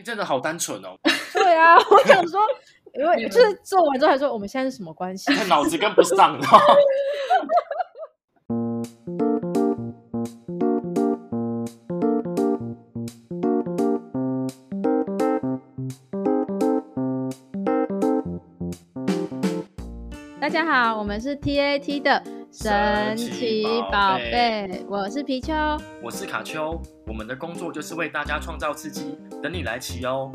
真的好单纯哦。 对啊，我想说，因为就是做完之后还说我们现在是什么关系？ 脑子跟不上了。 大家好，我们是 TAT 的神奇宝贝，我是皮丘， 我是卡丘，我们的工作就是为大家创造刺激，等你来骑哦。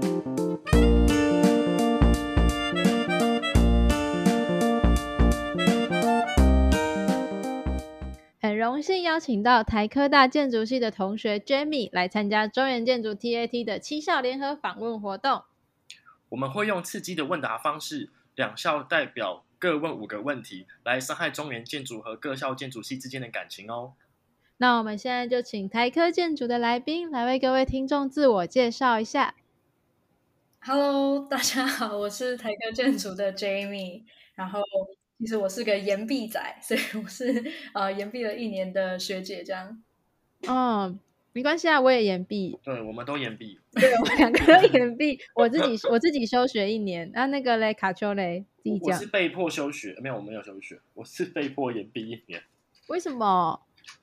很荣幸邀请到台科大建筑系的同学 Jamie 来参加中原建筑 TAT 的7校联合访问活动。 我们会用刺激的问答方式，两校代表各问5个问题，来伤害中原建筑和各校建筑系之间的感情哦。 那我们现在就请台科建筑的来宾来为各位听众自我介绍一下。 Hello， 大家好，我是台科建筑的 Jamie， 然后其实我是个延毕仔，所以我是延毕了1年的学姐这样。 没关系啊，我也延毕。 对，我们都延毕。 对，我们2个都延毕。我自己休学1年。那个嘞，卡丘嘞，自己讲。 我是被迫休学，没有，我没有休学，我是被迫延毕1年。 为什么？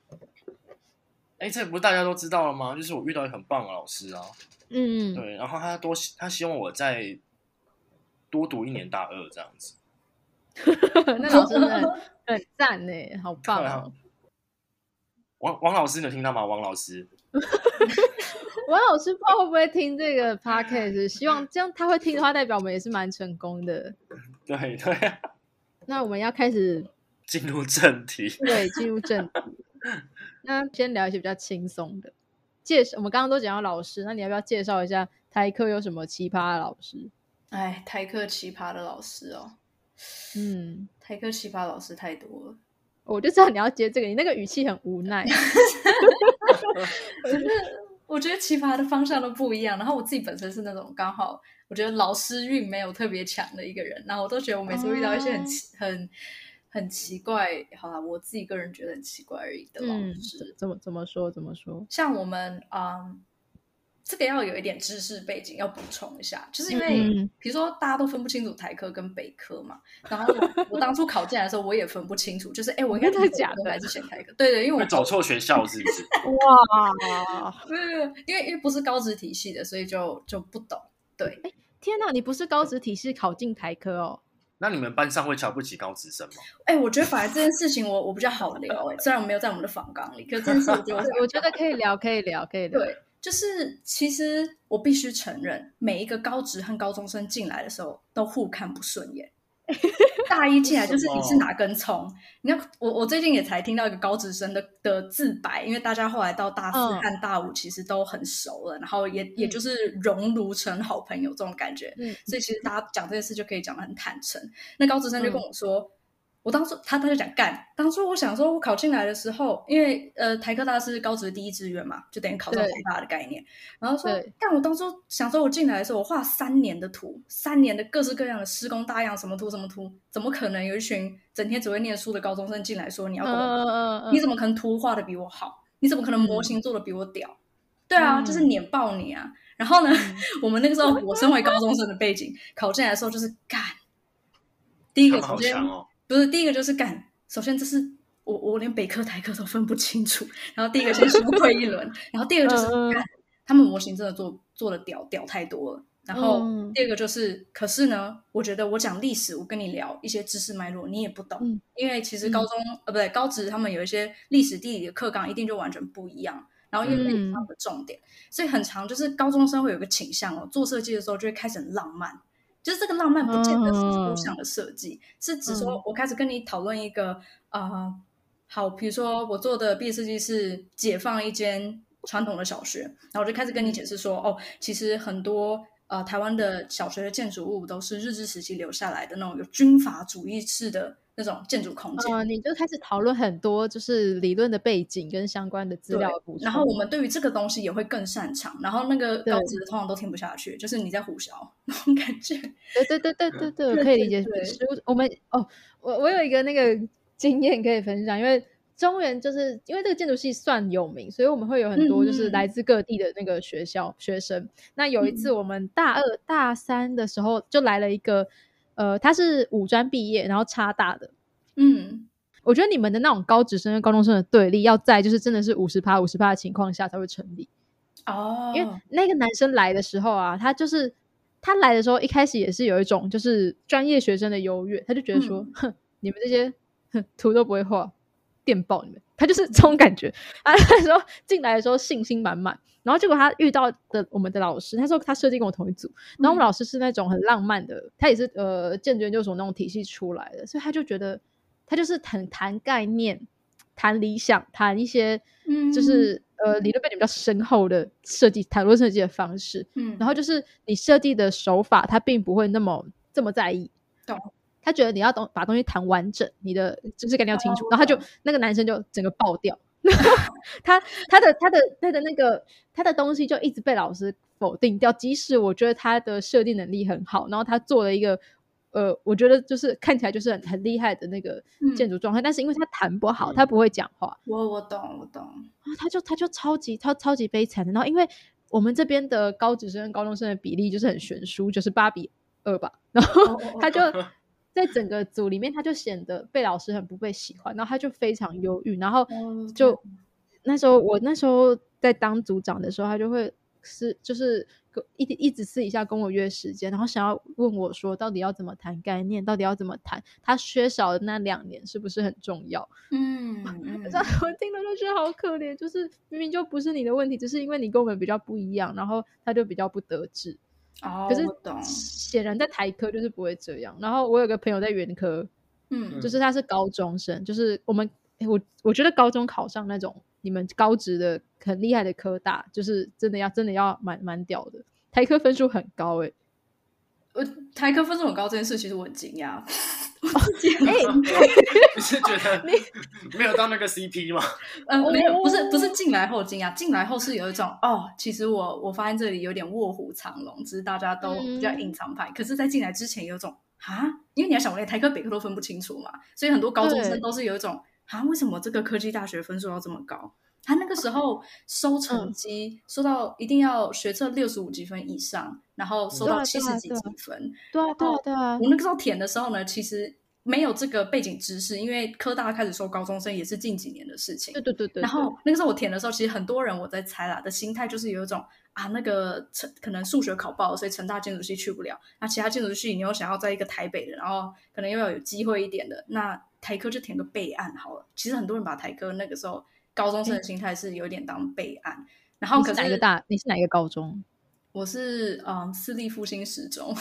这不是大家都知道了吗？就是我遇到一个很棒的老师啊。对，然后他希望我再多读1年大2这样子。 那老师真的很赞耶，好棒哦！ 王老师，你有听到吗？王老师， 王老师不知道会不会听这个 podcast， 希望这样他会听的话，代表我们也是蛮成功的。 对。 那我们要开始进入正题。 对，进入正题。那先聊一些比较轻松的。我们刚刚都讲到老师，那你要不要介绍一下台科有什么奇葩的老师？ 台科奇葩的老师哦。台科奇葩老师太多了。 我就知道你要接这个，你那个语气很无奈。 我觉得奇葩的方向都不一样，然后我自己本身是那种刚好我觉得老师运没有特别强的一个人，然后我都觉得我每次遇到一些很奇怪，好啦，我自己个人觉得很奇怪而已的老师。 怎么说？像我们这个要有一点知识背景要补充一下，就是因为比如说大家都分不清楚台科跟北科嘛，然后我当初考进来的时候我也分不清楚，就是我应该是假的还是选台科？对，因为我会走错学校是不是？ 哇， 因为不是高职体系的，所以就不懂。对， 天哪，你不是高职体系考进台科哦？ 那你们班上会瞧不起高职生吗？ 我觉得反而这件事情我比较好聊虽然我没有在我们的访纲里，可是这件事我觉得可以聊。 对，就是其实我必须承认，每一个高职和高中生进来的时候都互看不顺眼。大一进来就是你是哪根葱？你看我最近也才听到一个高职生的自白，因为大家后来到大4和大5其实都很熟了，然后也就是熔炉成好朋友这种感觉，所以其实大家讲这件事就可以讲得很坦诚。那高职生就跟我说，我当初他就讲干，当初我想说我考进来的时候，因为台科大是高职的第1志愿嘛，就等于考上台大的概念，然后说干，我当初想说我进来的时候我画3年的图，3年的各式各样的施工大样，什么图，怎么可能有一群整天只会念书的高中生进来说你要跟我你怎么可能图画的比我好，你怎么可能模型做的比我屌？对啊，就是碾爆你啊。然后呢我们那个时候我身为高中生的背景考进来的时候就是干，第一个首先不是，第一个就是干，首先这是我连北科台科都分不清楚，然后第一个先羞愧一轮，然后第二个就是干，他们模型真的做的屌太多了，然后第二个就是可是呢我觉得我讲历史，我跟你聊一些知识脉络你也不懂，因为其实高职他们有一些历史地理的课纲一定就完全不一样，然后因为那是他们的重点，所以很常就是高中生会有个倾向做设计的时候就会开始很浪漫，就是这个浪漫不见得是抽象的设计，是指说我开始跟你讨论一个好，比如说我做的毕业设计是解放一间传统的小学，然后我就开始跟你解释说其实很多台湾的小学的建筑物都是日治时期留下来的那种有军阀主义式的那种建筑空间， 你就开始讨论很多就是理论的背景跟相关的资料的补充， 然后我们对于这个东西也会更擅长，然后那个高职的通常都听不下去，就是你在胡淆那种感觉。 对，我可以理解。我有一个那个经验可以分享，因为中原就是因为这个建筑系算有名，所以我们会有很多就是来自各地的那个学生。那有一次我们大二大三的时候就来了一个他是五专毕业然后插大的。我觉得你们的那种高职生跟高中生的对立要在就是真的是50%的情况下才会成立。因为那个男生来的时候啊，他来的时候一开始也是有一种就是专业学生的优越，他就觉得说哼，你们这些图都不会画，电爆你们，他就是这种感觉啊。那时候进来的时候信心满满，然后结果他遇到的我们的老师，他说他设计跟我同一组，然后我们老师是那种很浪漫的，他也是建筑研究所那种体系出来的，所以他就觉得他就是很谈概念、谈理想、谈一些就是理论背景比较深厚的设计，谈论设计的方式。然后就是你设计的手法，他并不会这么在意。他觉得你要把东西谈完整，你的就是概念要清楚。然后那个男生就整个爆掉，他的东西就一直被老师否定掉，即使我觉得他的设计能力很好，然后他做了一个我觉得就是看起来就是很厉害的那个建筑状态，但是因为他谈不好，他不会讲话。 我懂， 他就超级悲惨的。然后因为我们这边的高职生跟高中生的比例就是很悬殊，就是8:2吧，然后他就在整个组里面他就显得被老师很不被喜欢，然后他就非常忧郁，然后就我那时候在当组长的时候，他就会就是一直私底下跟我约时间，然后想要问我说到底要怎么谈概念，到底要怎么谈他缺少的那2年是不是很重要。我听了就觉得好可怜，就是明明就不是你的问题，只是因为你跟我们比较不一样，然后他就比较不得志。可是显然在台科就是不会这样。然后我有个朋友在原科，就是他是高中生，就是我觉得高中考上那种你们高职的很厉害的科大，就是真的要蛮屌的。台科分数很高台科分数很高这件事其实我很惊讶。 你是觉得没有到那个 CP 吗？ 没有，不是进来后惊讶，进来后是有一种其实我发现这里有点卧虎藏龙，只是大家都比较隐藏派。可是在进来之前有一种因为你要想我连台科北科都分不清楚嘛，所以很多高中生都是有一种为什么这个科技大学分数要这么高？他那个时候收成绩收到一定要学测65几分以上，然后收到70几分。 对啊。 我那个时候填的时候呢，其实没有这个背景知识，因为科大开始收高中生也是近几年的事情。 对。 然后那个时候我填的时候，其实很多人我在猜啦的心态就是有一种那个可能数学考爆，所以成大建筑系去不了。那其他建筑系你又想要在一个台北的，然后可能又要有机会一点的，那台科就填个备案好了。其实很多人把台科那个时候高中生的心态是有点当备案。然后可是你是哪一个高中？ 我是私立复兴实中。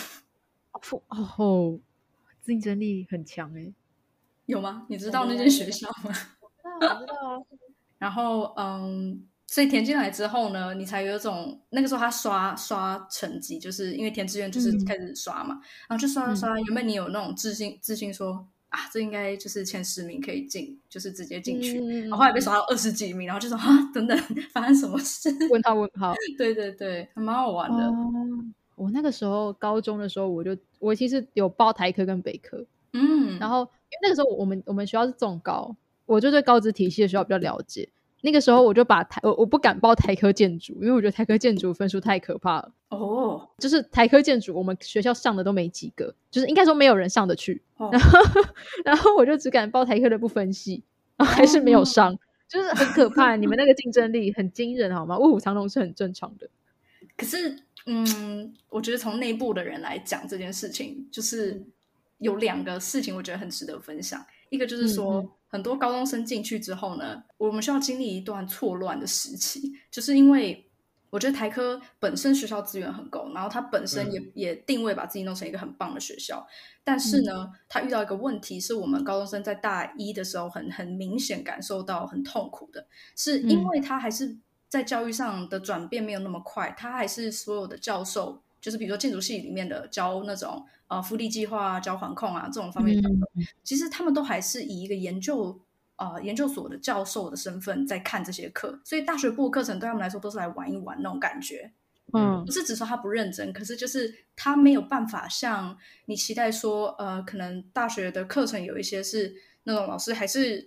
竞争力很强有吗？你知道那间学校吗？ 我知道啊。 然后所以填进来之后呢，你才有一种那个时候他刷成绩，就是因为填志愿就是开始刷嘛，然后就刷，原本你有那种自信说这应该就是前10名可以进，就是直接进去，然后后来被刷到20几名，然后就说等等发生什么事？ 问号。 对，还蛮好玩的。 我那个时候高中的时候，我其实有报台科跟北科，然后因为那个时候我们学校是重高，我就对高职体系的学校比较了解。那个时候我就把我不敢报台科建筑，因为我觉得台科建筑分数太可怕了。就是台科建筑我们学校上的都没几个，就是应该说没有人上得去。然后我就只敢报台科的不分系，然后还是没有上，就是很可怕。你们那个竞争力很惊人好吗？卧虎藏龙是很正常的。 可是我觉得从内部的人来讲这件事情，就是有2个事情我觉得很值得分享。一个就是说很多高中生进去之后呢，我们需要经历一段错乱的时期，就是因为我觉得台科本身学校资源很够，然后它本身也定位把自己弄成一个很棒的学校，但是呢它遇到一个问题是我们高中生在大一的时候很明显感受到很痛苦的，是因为它还是在教育上的转变没有那么快，它还是所有的教授就是比如说建筑系里面的教那种复利计划教环控这种方面的其实他们都还是以一个研究所的教授的身份在看这些课，所以大学部的课程对他们来说都是来玩一玩那种感觉。不是只说他不认真，可是就是他没有办法像你期待说可能大学的课程有一些是那种老师还是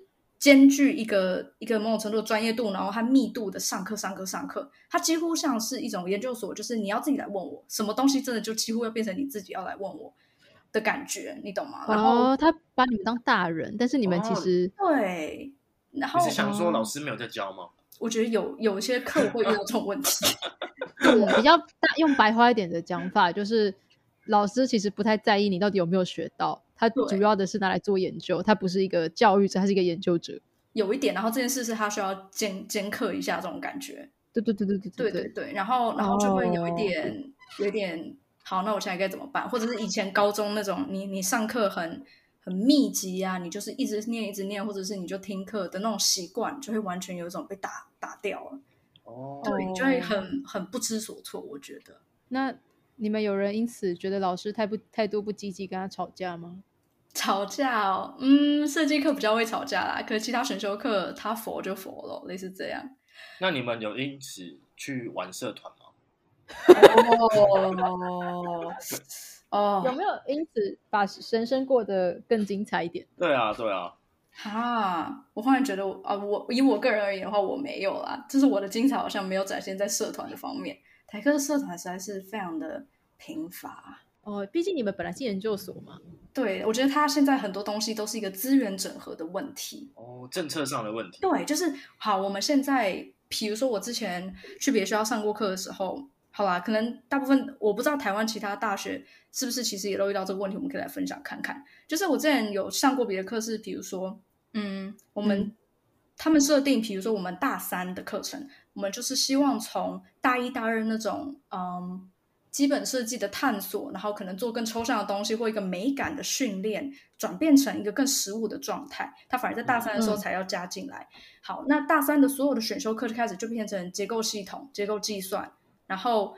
兼具一个某种程度的专业度，然后它密度的上课，它几乎像是一种研究所，就是你要自己来问我什么东西，真的就几乎要变成你自己要来问我的感觉，你懂吗？然后他把你们当大人，但是你们其实对，然后你是想说老师没有在教吗？ 我觉得有一些课我会遇到这种问题。 比较用白话一点的讲法，就是老师其实不太在意你到底有没有学到，他主要的是拿来做研究，他不是一个教育者，他是一个研究者。 有一点，然后这件事是他需要兼课一下这种感觉。 对， 然后就会有一点好，那我现在该怎么办？或者是以前高中那种你上课很密集啊，你就是一直念，或者是你就听课的那种习惯，就会完全有一种被打掉了。对，就会很不知所措，我觉得。 那你们有人因此觉得老师态度不积极，跟他吵架吗？ 吵架哦，设计课比较会吵架啦，可是其他选修课他佛就佛了，类似这样。 那你们有因此去玩社团吗？ 有没有因此把人生过得更精彩一点？ 对啊。 我忽然觉得我以我个人而言的话，我没有啦，就是我的精彩好像没有展现在社团的方面。台科的社团实在是非常的贫乏。 毕竟你们本来是研究所嘛。 对，我觉得他现在很多东西都是一个资源整合的问题。 政策上的问题。 对，就是好，我们现在比如说我之前去别的学校上过课的时候，好啦，可能大部分我不知道台湾其他大学是不是其实也都遇到这个问题，我们可以来分享看看。就是我之前有上过别的课是比如说他们设定比如说我们大3的课程，我们就是希望从大1大2那种基本设计的探索，然后可能做更抽象的东西或一个美感的训练，转变成一个更实务的状态，它反而在大3的时候才要加进来。好，那大3的所有的选修课就开始就变成结构系统、结构计算，然后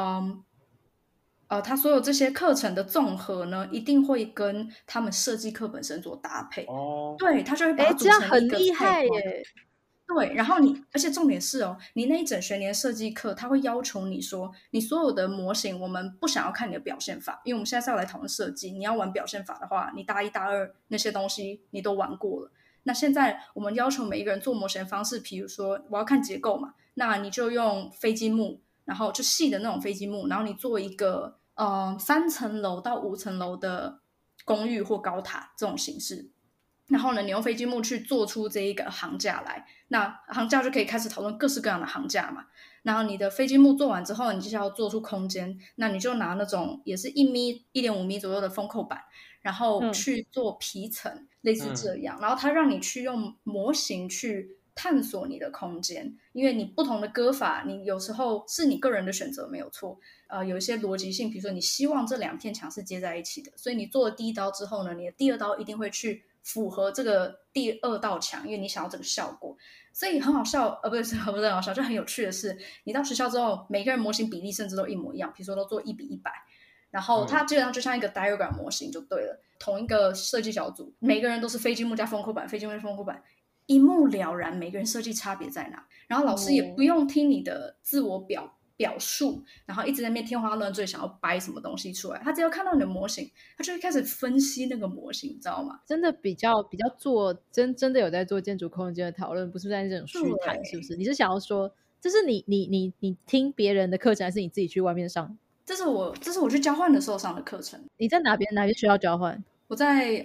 它所有这些课程的综合呢，一定会跟他们设计课本身做搭配。对，它就会把它组成一个这样很厉害耶。 对，然后而且重点是你那一整学年设计课，他会要求你说，你所有的模型，我们不想要看你的表现法，因为我们现在是要来讨论设计。你要玩表现法的话，你大1大2那些东西你都玩过了。那现在我们要求每一个人做模型的方式，比如说我要看结构嘛，那你就用飞机木，然后就细的那种飞机木，然后你做一个3层楼到5层楼的公寓或高塔这种形式。然后呢，你用飞机木去做出这一个行架来，那行架就可以开始讨论各式各样的行架嘛。然后你的飞机木做完之后，你就是要做出空间，那你就拿那种也是1米、1.5米左右的封扣板，然后去做皮层，类似这样。然后它让你去用模型去探索你的空间，因为你不同的割法，你有时候是你个人的选择没有错。有一些逻辑性，比如说你希望这2片墙是接在一起的，所以你做了第1刀之后呢，你的第2刀一定会去符合这个第2道墙，因为你想要这个效果。所以很好笑，不是很好笑，就很有趣的是，你到学校之后，每个人模型比例甚至都一模一样，比如说都做1比100，然后它基本上就像一个 diagram 模型就对了。同一个设计小组，每个人都是飞机木加封扣板，飞机木加封扣板，一目了然，每个人设计差别在哪。然后老师也不用听你的自我表述，然后一直在那边天花乱坠想要掰什么东西出来，他只要看到你的模型，他就会开始分析那个模型，你知道吗？ 真的比较做真的有在做建筑空间的讨论，不是在这种虚谈，是不是？你是想要说这是你听别人的课程，还是你自己去外面上？ 这是我去交换的时候上的课程。 你在哪边学校交换？ 我在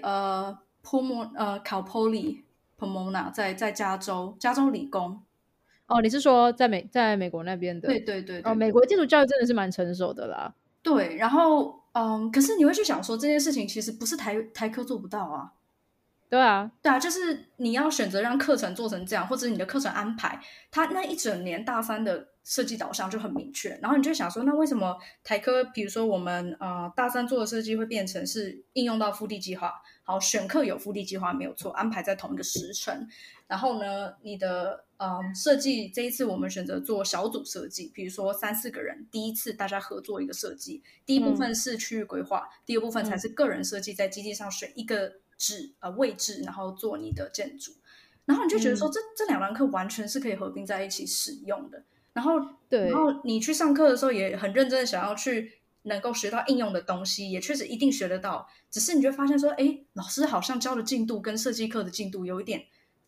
Cal Poly Pomona， 在加州理工。 你是说在美国那边的？ 对。 美国建筑教育真的是蛮成熟的啦。 对，然后可是你会去想说这件事情其实不是台科做不到啊。 对啊， 就是你要选择让课程做成这样，或者你的课程安排，它那一整年大3的设计导向就很明确，然后你就想说，那为什么台科比如说我们大3做的设计会变成是应用到腹地计划？好，选课有腹地计划没有错，安排在同一个时程。然后呢，你的设计这一次我们选择做小组设计，比如说3、4个人，第一次大家合作一个设计，第一部分是区域规划，第二部分才是个人设计，在基地上选一个位置，然后做你的建筑。然后你就觉得说这2堂课完全是可以合并在一起使用的。然后你去上课的时候也很认真的想要去能够学到应用的东西，也确实一定学得到，只是你就发现说，老师好像教的进度跟设计课的进度有一点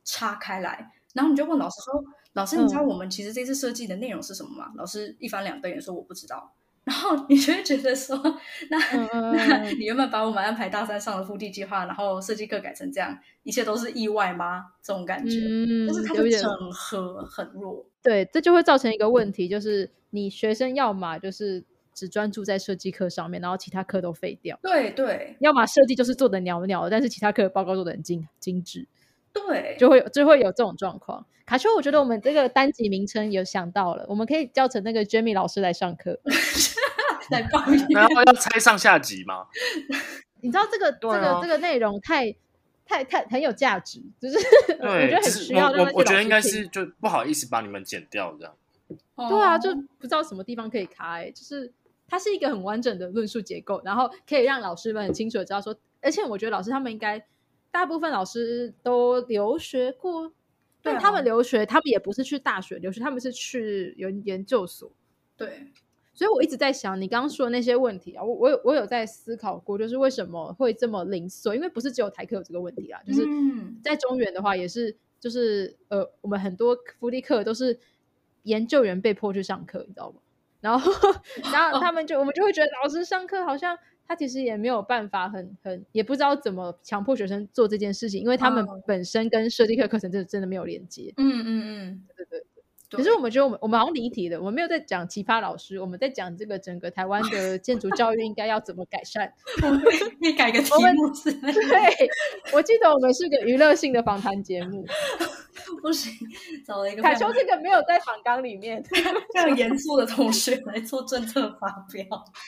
插开来，然后你就问老师说，老师，你知道我们其实这次设计的内容是什么吗？老师一翻两瞪眼说我不知道。然后你就会觉得说，那你原本把我们安排大三上的腹地计划，然后设计课改成这样，一切都是意外吗？这种感觉，就是它的整合很弱。 对，这就会造成一个问题，就是你学生要么就是只专注在设计课上面，然后其他课都废掉。 对对， 要么设计就是做的袅袅的，但是其他课的报告做的很精致。 对， 就会有这种状况。卡丘，我觉得我们这个单集名称有想到了，我们可以叫成那个 Jamie 老师来上课。 来抱怨， 然后要拆上下集吗？ 你知道这个内容太很有价值，就是我觉得很需要让我觉得应该是就不好意思把你们剪掉这样。 对啊，就不知道什么地方可以卡就是它是一个很完整的论述结构，然后可以让老师们很清楚的知道说，而且我觉得老师他们应该大部分老师都留学过，但他们留学他们也不是去大学留学，他们是去研究所。 对， 所以我一直在想你刚刚说的那些问题啊，我有在思考过，就是为什么会这么零碎，因为不是只有台科有这个问题啦，就是在中原的话也是，就是我们很多福利课都是研究员被迫去上课，你知道吗？然后他们我们就会觉得老师上课好像他其实也没有办法也不知道怎么强迫学生做这件事情，因为他们本身跟设计课课程真的没有连接。对。可是我们觉得我们好像离题了，我们没有在讲奇葩老师，我们在讲这个整个台湾的建筑教育应该要怎么改善。 我们可以改个题目之类的。 对，我记得我们是个娱乐性的访谈节目。 不行，找了一个凯丘这个没有在访纲里面， 非常严肃的同学来做政策发表。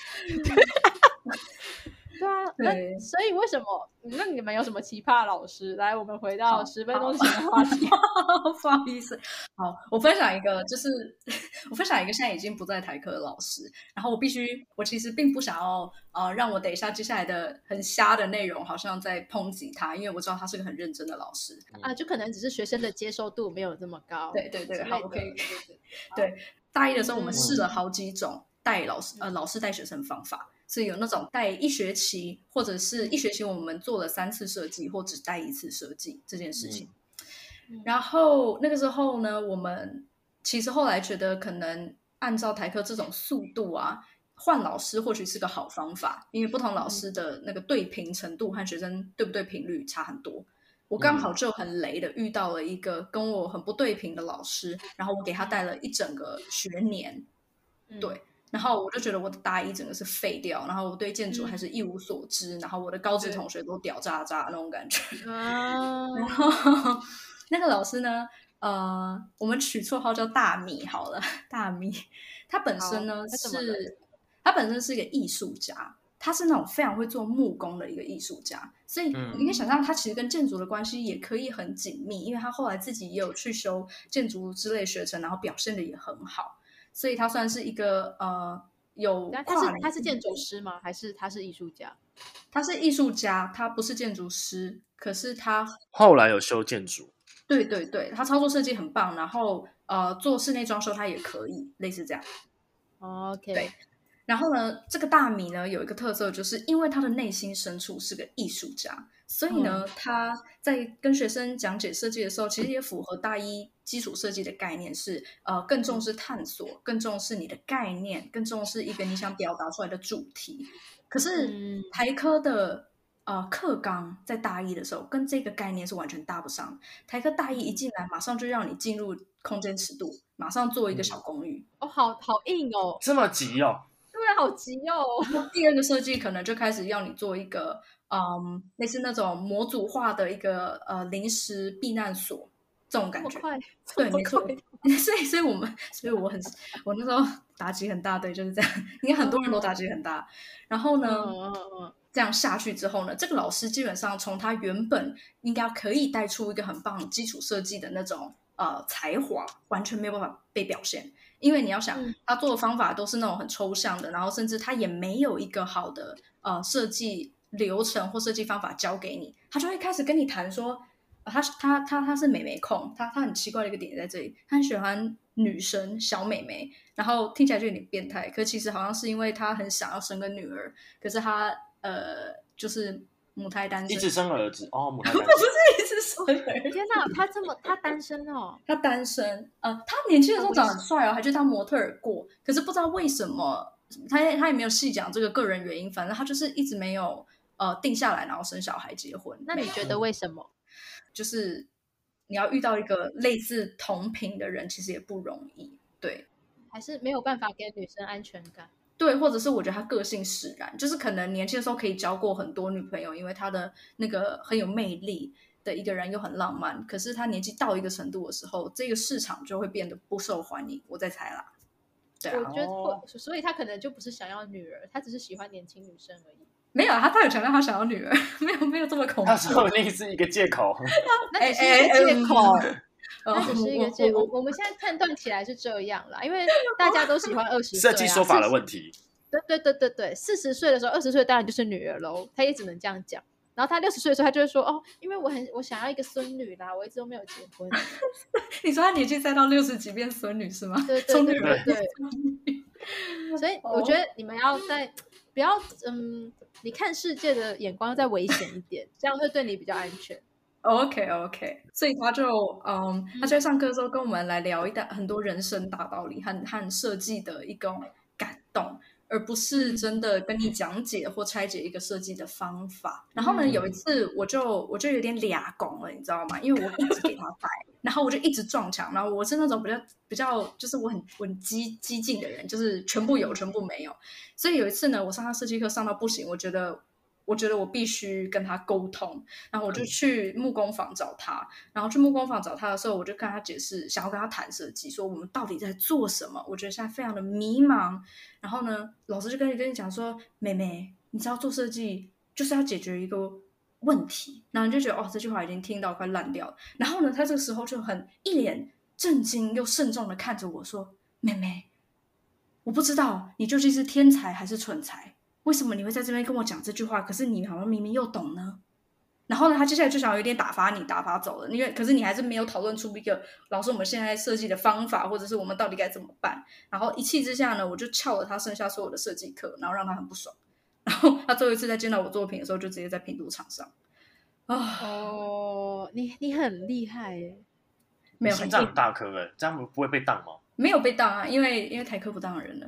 对啊，所以为什么？那你们有什么奇葩老师？来，我们回到10分钟前的话题。 不好意思，好，我分享一个，就是我分享一个现在已经不在台科的老师，然后我其实并不想要让我等一下接下来的很瞎的内容好像在抨击他，因为我知道他是个很认真的老师啊，就可能只是学生的接受度没有这么高。 对，好，我可以对，大一的时候我们试了好几种带老师带学生方法。是有那种带1学期，或者是1学期我们做了3次设计，或只带1次设计这件事情。然后那个时候呢，我们其实后来觉得可能按照台科这种速度啊，换老师或许是个好方法，因为不同老师的那个对频程度和学生对不对频率差很多。我刚好就很雷的遇到了一个跟我很不对频的老师，然后我给他带了一整个学年，对。然后我就觉得我的大一整个是废掉，然后我对建筑还是一无所知，然后我的高职同学都屌渣渣那种感觉。然后那个老师呢，我们取绰号叫大米好了，大米。他本身呢他本身是一个艺术家，他是那种非常会做木工的一个艺术家，所以你可以想象他其实跟建筑的关系也可以很紧密，因为他后来自己也有去修建筑之类学程，然后表现的也很好。所以他算是一个有他是建筑师吗？还是他是艺术家？ 他是艺术家，他不是建筑师，可是他后来有修建筑。 对，他操作设计很棒，然后做室内装修他也可以，类似这样。 OK， 对。然后呢，这个大米呢有一个特色，就是因为他的内心深处是个艺术家，所以呢，他在跟学生讲解设计的时候，其实也符合大一基础设计的概念，是更重视探索，更重视你的概念，更重视一个你想表达出来的主题。可是台科的课纲在大一的时候跟这个概念是完全搭不上。台科大一一进来，马上就让你进入空间尺度，马上做一个小公寓。 好硬哦， 这么急哦。 对啊，好急哦。 第二个设计可能就开始要你做一个类似那种模组化的一个临时避难所这种感觉。对，没错。所以我那时候打击很大，对，就是这样。应该很多人都打击很大。然后呢，这样下去之后呢，这个老师基本上从他原本应该可以带出一个很棒基础设计的那种才华，完全没有办法被表现。因为你要想他做的方法都是那种很抽象的，然后甚至他也没有一个好的设计流程或设计方法教给你，他就会开始跟你谈说他是美眉控，他很奇怪的一个点在这里，他很喜欢女生小美眉，然后听起来就有点变态，可其实好像是因为他很想要生个女儿，可是他就是母胎单身， 一直生儿子哦，母胎单身不是一直生儿子。 天哪，他单身哦？ 他单身，他年轻的时候长得很帅哦，还去当模特儿过，可是不知道为什么，他也没有细讲这个个人原因，反正他就是一直没有定下来，然后生小孩结婚。 那你觉得为什么？ 就是你要遇到一个类似同频的人，其实也不容易，对， 还是没有办法给女生安全感？ 对，或者是我觉得他个性使然，就是可能年轻的时候可以交过很多女朋友，因为他的那个很有魅力的一个人又很浪漫，可是他年纪到一个程度的时候，这个市场就会变得不受欢迎。我在猜啦，对啊， 我觉得所以他可能就不是想要女儿，他只是喜欢年轻女生而已。 没有，他有强调他想要女儿，没有这么恐怖。 他说不定是一个借口。 那只是一个借口。 那只是一个借口。我们现在判断起来是这样啦，因为大家都喜欢20岁、 设计说法的问题。 对，40岁的时候，20岁当然就是女儿喽，他也只能这样讲。然后他60岁的时候，他就会说哦，因为我想要一个孙女啦，我一直都没有结婚。 你说他年纪再到60几变孙女是吗？ 对。所以我觉得你们要不要你看世界的眼光要再危险一点，这样会对你比较安全。 OK， 所以他就他就在上课的时候跟我们来聊很多人生大道理和设计的一种感动，而不是真的跟你讲解或拆解一个设计的方法。然后呢，有一次我就有点俩拱了，你知道吗？因为我一直给他摆，然后我就一直撞墙，然后我是那种比较就是我很激进的人，就是全部有全部没有。所以有一次呢，我上他设计课上到不行，我觉得我必须跟他沟通，然后我就去木工坊找他，然后去木工坊找他的时候，我就跟他解释，想要跟他谈设计，说我们到底在做什么。我觉得现在非常的迷茫。然后呢，老师就跟你讲说，妹妹，你知道做设计就是要解决一个问题，然后你就觉得这句话已经听到快烂掉了。然后呢，他这个时候就一脸震惊又慎重的看着我说，妹妹，我不知道你究竟是天才还是蠢材，为什么你会在这边跟我讲这句话？可是你好像明明又懂呢。然后呢，他接下来就想有点打发走了，可是你还是没有讨论出一个老师我们现在设计的方法，或者是我们到底该怎么办。然后一气之下呢，我就翘了他剩下所有的设计课，然后让他很不爽。然后他最后一次在见到我作品的时候，就直接在拼图场上。 你很厉害耶！ 没有， 心脏很大颗耶，这样不会被当吗？ 没有被当啊，因为台科不当人了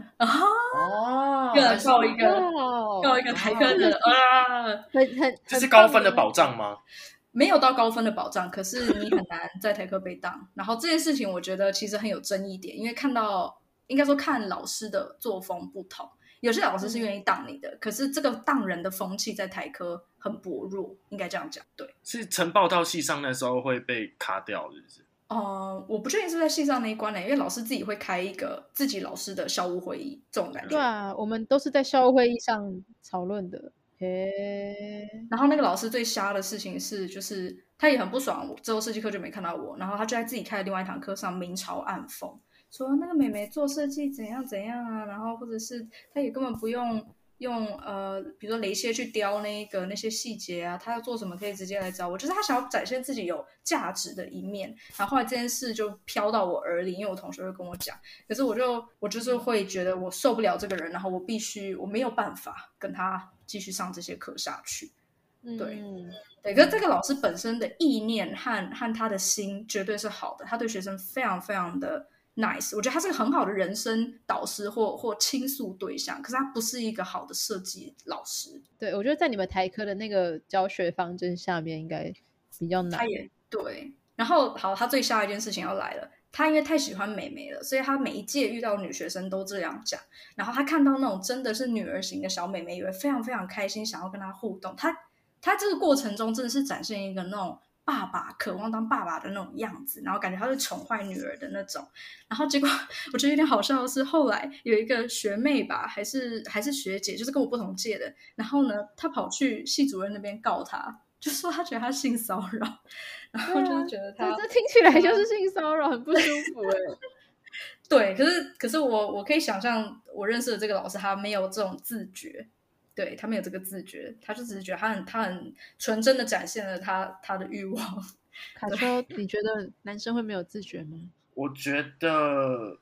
靠一个台科的这是高分的保障吗？ 没有到高分的保障，可是你很难在台科被当。然后这件事情我觉得其实很有争议点，因为应该说看老师的作风不同，有些老师是愿意当你的，可是这个当人的风气在台科很薄弱，应该这样讲。对， 是呈报到系上那时候会被卡掉，是不是？ 我不确定是不是在系上那一关因为老师自己会开一个自己老师的校务会议，这种感觉。 对啊，我们都是在校务会议上讨论的。 然后那个老师最瞎的事情是，就是他也很不爽，我之后设计课就没看到我，然后他就在自己开的另外一堂课上明嘲暗讽，说那个妹妹做设计怎样怎样啊，然后或者是他也根本不用比如说雷蝎去雕那些细节啊，他要做什么可以直接来找我，就是他想要展现自己有价值的一面。然后后来这件事就飘到我耳里，因为我同学会跟我讲，可是我就是会觉得我受不了这个人，然后我没有办法跟他继续上这些课下去。对，可是这个老师本身的意念和他的心绝对是好的，他对学生非常非常的nice， 我觉得他是个很好的人生导师或倾诉对象，可是他不是一个好的设计老师。 对，我觉得在你们台科的那个教学方针下面应该比较难。 他也对，然后好，他最下一件事情要来了，他因为太喜欢美眉了，所以他每一届遇到女学生都这样讲，然后他看到那种真的是女儿型的小美眉，也会非常非常开心，想要跟她互动。他这个过程中真的是展现一个那种爸爸渴望当爸爸的那种样子，然后感觉他是宠坏女儿的那种。然后结果我觉得有点好笑的是，后来有一个学妹吧，还是学姐，就是跟我不同届的，然后呢她跑去系主任那边告他，就说他觉得他性骚扰，然后就是觉得他这听起来就是性骚扰，很不舒服对，可是我可以想象我认识的这个老师他没有这种自觉，对，他没有这个自觉，他就只是觉得他很纯真的展现了他的欲望。 卡丘，你觉得男生会没有自觉吗？ 我觉得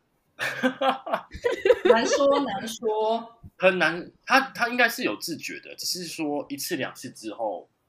难说很难，他应该是有自觉的，只是说1次2次之后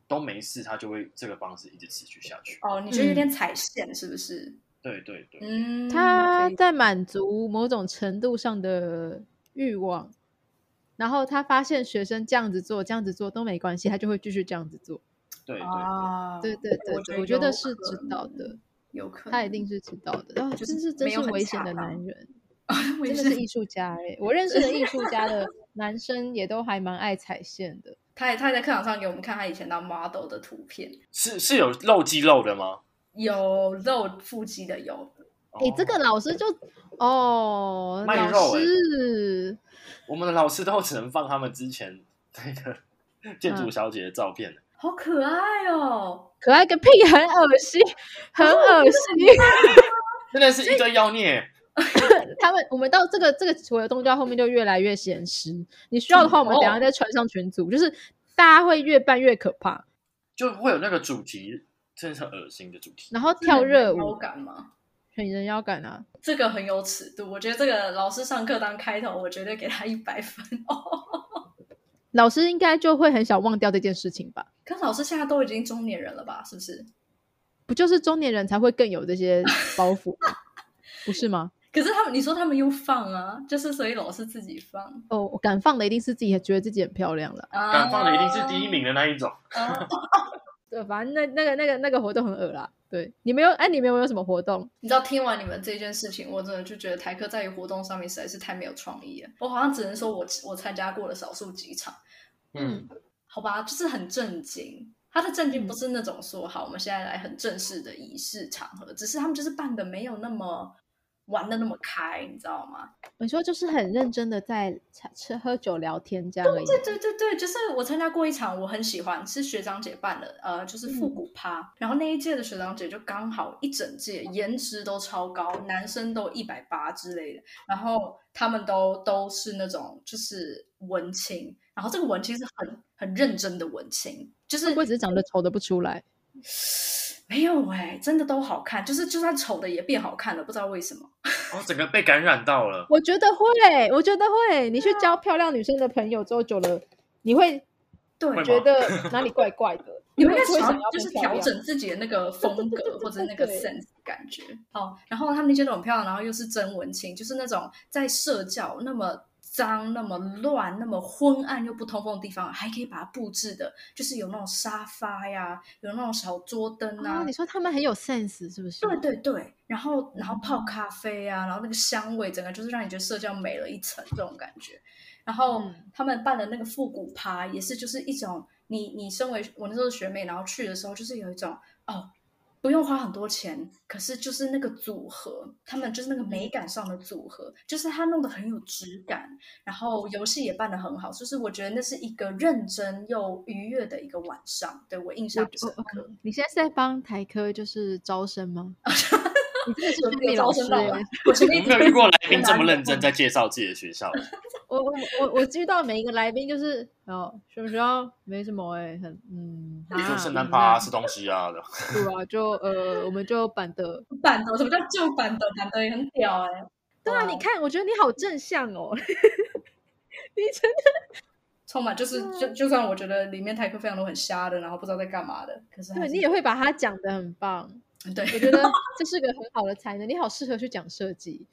都没事，他就会这个方式一直持续下去。 哦，你觉得有点踩线是不是？ 对对对， 他在满足某种程度上的欲望，然后他发现学生这样子做都没关系，他就会继续这样子做。 对对对对，我觉得是知道的， 有可能他一定是知道的。然后真是危险的男人，真的是艺术家我认识的艺术家的男生也都还蛮爱踩线的。 他也在课堂上给我们看他以前当 model 的图片， 是有露肌肉的吗？ 有露腹肌的有。 这个老师就卖肉老师， 我们的老师都只能放他们之前那个建筑小姐的照片。 好可爱哦！ 可爱个屁，很恶心，很恶心， 真的是一堆妖孽。 我们到这个活动就后面就越来越咸湿。你需要的话，我们等一下再传上群组，就是大家会越办越可怕， 就会有那个主题，真的是恶心的主题。 然后跳热舞， 有感吗？ 很人妖感啊！ 这个很有尺度，我觉得这个老师上课当开头，我绝对给他100分哦。 老师应该就会很想忘掉这件事情吧？ 可是老师现在都已经中年人了吧？是不是？ 不就是中年人才会更有这些包袱吗？不是吗？ 可是你说他们又放啊，就是所以老师自己放哦，敢放的一定是自己觉得自己很漂亮了， 敢放的一定是第一名的那一种。 对，反正那个活动很恶啦。对，你们有没有什么活动？ 你知道听完你们这件事情，我真的就觉得台科在于活动上面实在是太没有创意了。我好像只能说我参加过了少数几场，好吧，就是很正经。他的正经不是那种说好，我们现在来很正式的仪式场合，只是他们就是办的没有那么玩的那么开，你知道吗？ 你说就是很认真的在吃喝酒聊天这样而已。 对，就是我参加过一场，我很喜欢，是学长姐办的，就是复古趴。然后那一届的学长姐就刚好一整届颜值都超高，男生都180之类的，然后他们都是那种就是文青，然后这个文青是很认真的文青，就是会不会只是长得丑的不出来？ 没有真的都好看，就是就算丑的也变好看了，不知道为什么。 整个被感染到了。 我觉得会，你去交漂亮女生的朋友之后，久了你会觉得哪里怪怪的。 你们会想要就是调整自己的那个风格或者那个 sense 感觉。然后他们那些都很漂亮，然后又是真文青，就是那种在社交那么脏、那么乱、那么昏暗又不通风的地方，还可以把它布置的，就是有那种沙发呀，有那种小桌灯啊。 你说他们很有 sense 是不是？ 对，然后泡咖啡啊，然后那个香味，整个就是让你觉得社交美了一层这种感觉。然后他们办的那个复古趴也是，就是一种你身为我那时候学妹，然后去的时候就是有一种不用花很多钱，可是就是那个组合，他们就是那个美感上的组合，就是他弄得很有质感，然后游戏也办得很好，就是我觉得那是一个认真又愉悦的一个晚上，对我印象深刻。 你现在是在帮台科就是招生吗？你真的是有训练老师我没有遇过来宾这么认真在介绍自己的学校。 我遇到每一个来宾就是学校没什么就圣诞趴吃东西啊的。 对啊，就我们就板的， 什么叫旧板的也很屌对啊，你看，我觉得你好正向哦，你真的充满就算我觉得里面台科非常都很瞎的，然后不知道在干嘛的，可是对你也会把它讲得很棒。 对， 我觉得这是个很好的才能，你好适合去讲设计。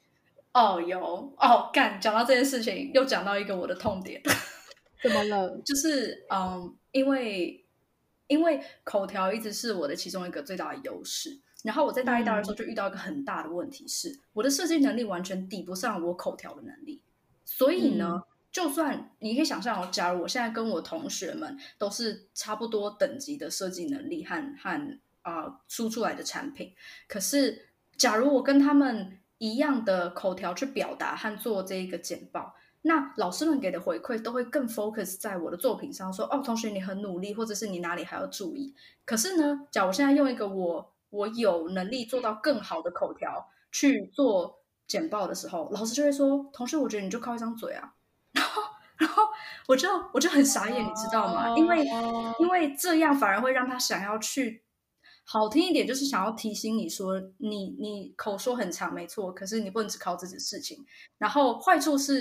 讲到这件事情，又讲到一个我的痛点。 怎么了？ 就是因为口条一直是我的其中一个最大的优势。然后我在大一大二的时候就遇到一个很大的问题是，我的设计能力完全抵不上我口条的能力。所以呢，就算你可以想象假如我现在跟我同学们都是差不多等级的设计能力和输出来的产品，可是假如我跟他们一样的口条去表达和做这一个简报，那老师们给的回馈都会更 focus 在我的作品上，说同学你很努力，或者是你哪里还要注意。可是呢，假如我现在用一个我有能力做到更好的口条去做简报的时候，老师就会说，同学我觉得你就靠一张嘴啊。然后我就很傻眼，你知道吗？因为这样反而会让他想要去，好听一点就是想要提醒你说，你口说很长没错，可是你不能只靠这件事情。然后坏处是，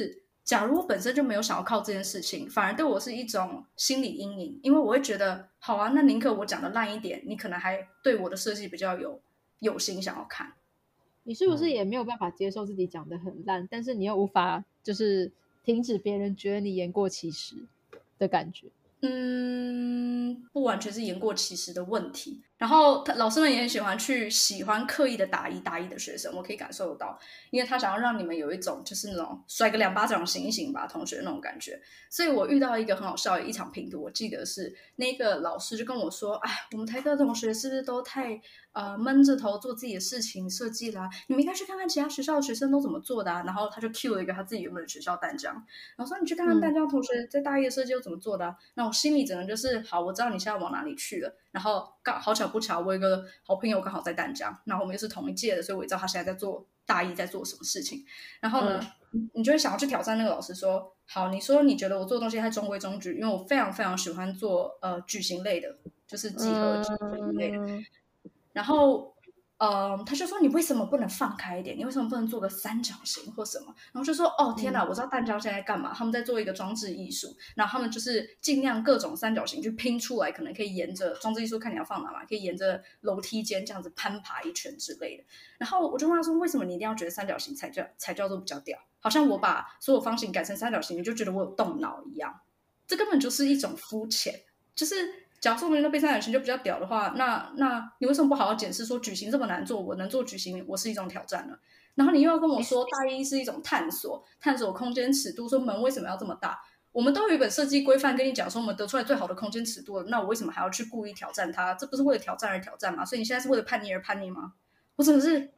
假如我本身就没有想要靠这件事情，反而对我是一种心理阴影，因为我会觉得好啊，那宁可我讲的烂一点，你可能还对我的设计比较有心想要看。 你是不是也没有办法接受自己讲的很烂，但是你又无法就是停止别人觉得你言过其实的感觉？ 不完全是言过其实的问题。然后老师们也很喜欢刻意的大一的学生，我可以感受得到，因为他想要让你们有一种就是那种甩个2巴掌醒一醒吧同学那种感觉。所以我遇到一个很好笑的一场评图，我记得是那个老师就跟我说，哎，我们台科同学是不是都太闷着头做自己的事情设计啦？你们应该去看看其他学校的学生都怎么做的啊。然后他就 cue 了一个他自己原本的学校淡江，然后说你去看看淡江同学在大一的设计又怎么做的啊。那我心里只能就是好，我知道你现在往哪里去了。然后好巧不巧，我有一个好朋友刚好在淡江，那我们又是同一届的，所以我也知道他现在在做大一在做什么事情。然后呢，你就会想要去挑战那个老师说，好，你说你觉得我做的东西太中规中矩，因为我非常非常喜欢做矩形类的，就是几何一类的。然后他就说你为什么不能放开一点？你为什么不能做个三角形或什么？然后就说哦天哪，我知道淡江现在干嘛，他们在做一个装置艺术，然后他们就是尽量各种三角形去拼出来，可能可以沿着装置艺术看你要放哪嘛，可以沿着楼梯间这样子攀爬一圈之类的。然后我就问他说，为什么你一定要觉得三角形才叫做比较屌？好像我把所有方形改成三角形，你就觉得我有动脑一样，这根本就是一种肤浅，就是假如说我们那背三角形就比较屌的话，那你为什么不好好检视说矩形这么难做，我能做矩形我是一种挑战呢？然后你又要跟我说大一是一种探索空间尺度，说门为什么要这么大？我们都有一本设计规范跟你讲说我们得出来最好的空间尺度了，那我为什么还要去故意挑战它？这不是为了挑战而挑战吗？所以你现在是为了叛逆而叛逆吗？我真的是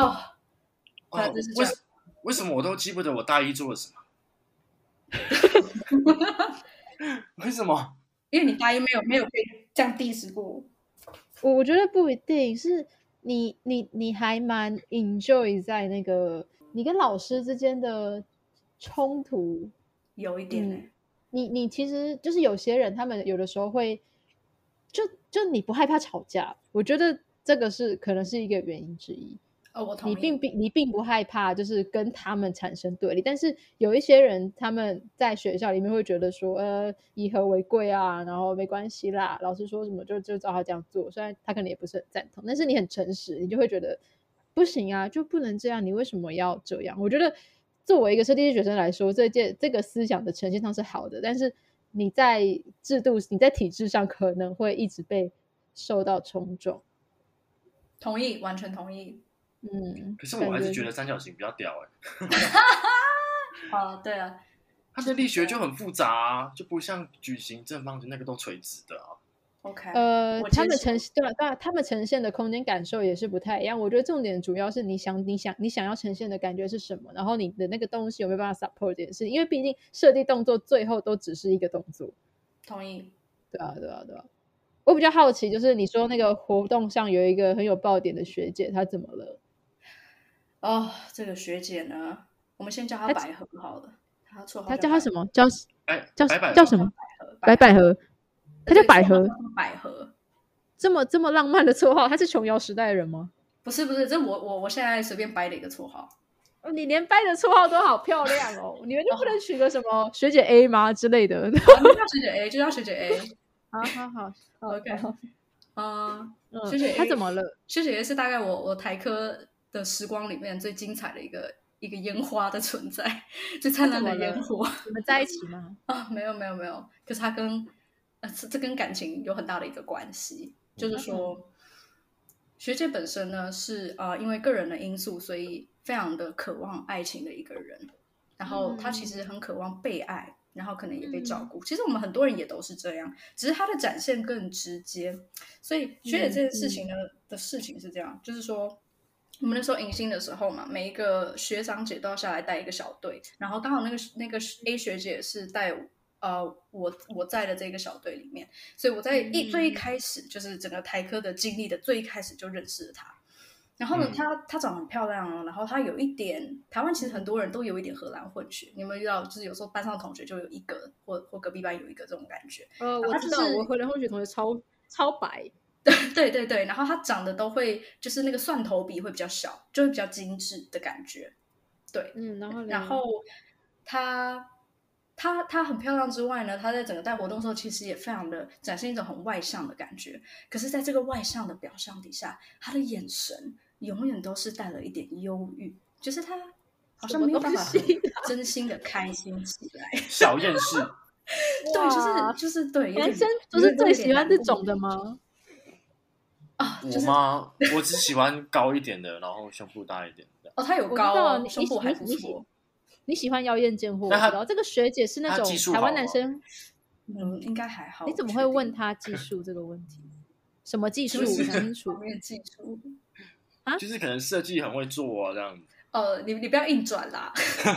为什么我都记不得我大一做了什么？为什么？ 因为你大一没有被这样 diss 过。 我觉得不一定是你还蛮 enjoy 在那个你跟老师之间的冲突， 有一点你其实就是有些人他们有的时候会就你不害怕吵架，我觉得这个可能是一个原因之一。 我同意。 你并不害怕就是跟他们产生对立，但是有一些人他们在学校里面会觉得说以和为贵啊，然后没关系啦，老师说什么就照他这样做，虽然他可能也不是很赞同，但是你很诚实，你就会觉得不行啊，就不能这样，你为什么要这样？我觉得作为一个设计系学生来说，这个思想的呈现上是好的，但是你在体制上可能会一直被受到冲撞。 同意，完全同意。 可是我还是觉得三角形比较屌对啊， 它的力学就很复杂啊，就不像矩形、正方形那个都垂直的啊。 OK， 他们呈现的空间感受也是不太一样。我觉得重点主要是你想要呈现的感觉是什么，然后你的那个东西有没有办法 support 这件事，因为毕竟设计动作最后都只是一个动作。 同意。 对啊。我比较好奇，就是你说那个活动上有一个很有爆点的学姐，她怎么了？ 这个学姐呢，我们先叫她百合好了。她绰号她叫她什么？叫什么？白百合。她叫百合。 百合。 这么浪漫的绰号，她是琼瑶时代的人吗？ 不是，这我现在随便掰的一个绰号。 你连掰的绰号都好漂亮哦！你们就不能取个什么学姐 A 吗之类的？ 就叫学姐 A，就叫学姐 A。 好 ，OK。 学姐 A 她怎么了？ 学姐 A 是大概我台科的时光里面最精彩的一个烟花的存在，最灿烂的烟火。 你们在一起吗？ 没有。可是他跟这跟感情有很大的一个关系，就是说，学姐本身呢是因为个人的因素，所以非常的渴望爱情的一个人，然后她其实很渴望被爱。然后可能也被照顾，其实我们很多人也都是这样，只是它的展现更直接。所以学姐这件事情呢的事情是这样，就是说我们那时候迎新的时候嘛，每一个学长姐都要下来带一个小队，然后刚好那个 A 学姐是带我在的这个小队里面，所以我在最一开始就是整个台科的经历的最一开始就认识了她。然后呢，她长得很漂亮哦，然后她有一点台湾其实很多人都有一点荷兰混血，你有没有遇到？就是有时候班上同学就有一个，或隔壁班有一个这种感觉。 我知道，我荷兰混血同学超白。 对，然后她长得都会就是那个蒜头比会比较小，就会比较精致的感觉。对，然后她她很漂亮之外呢，她在整个带活动的时候，其实也非常的展现一种很外向的感觉。可是，在这个外向的表象底下，她的眼神永远都是带了一点忧郁，就是她好像没有办法很真心的开心起来。 小厌世。 对，就是对， 男生不是最喜欢这种的吗？ 啊， 我吗？我只喜欢高一点的，然后胸部大一点的。 哦，他有高，胸部还不错。 你喜欢妖艳贱货，我知道这个学姐是那种台湾男生， 应该还好。 你怎么会问他技术这个问题？什么技术？我想清楚。 技术啊， 就是可能设计很会做啊，这样子。 你不要硬转啦。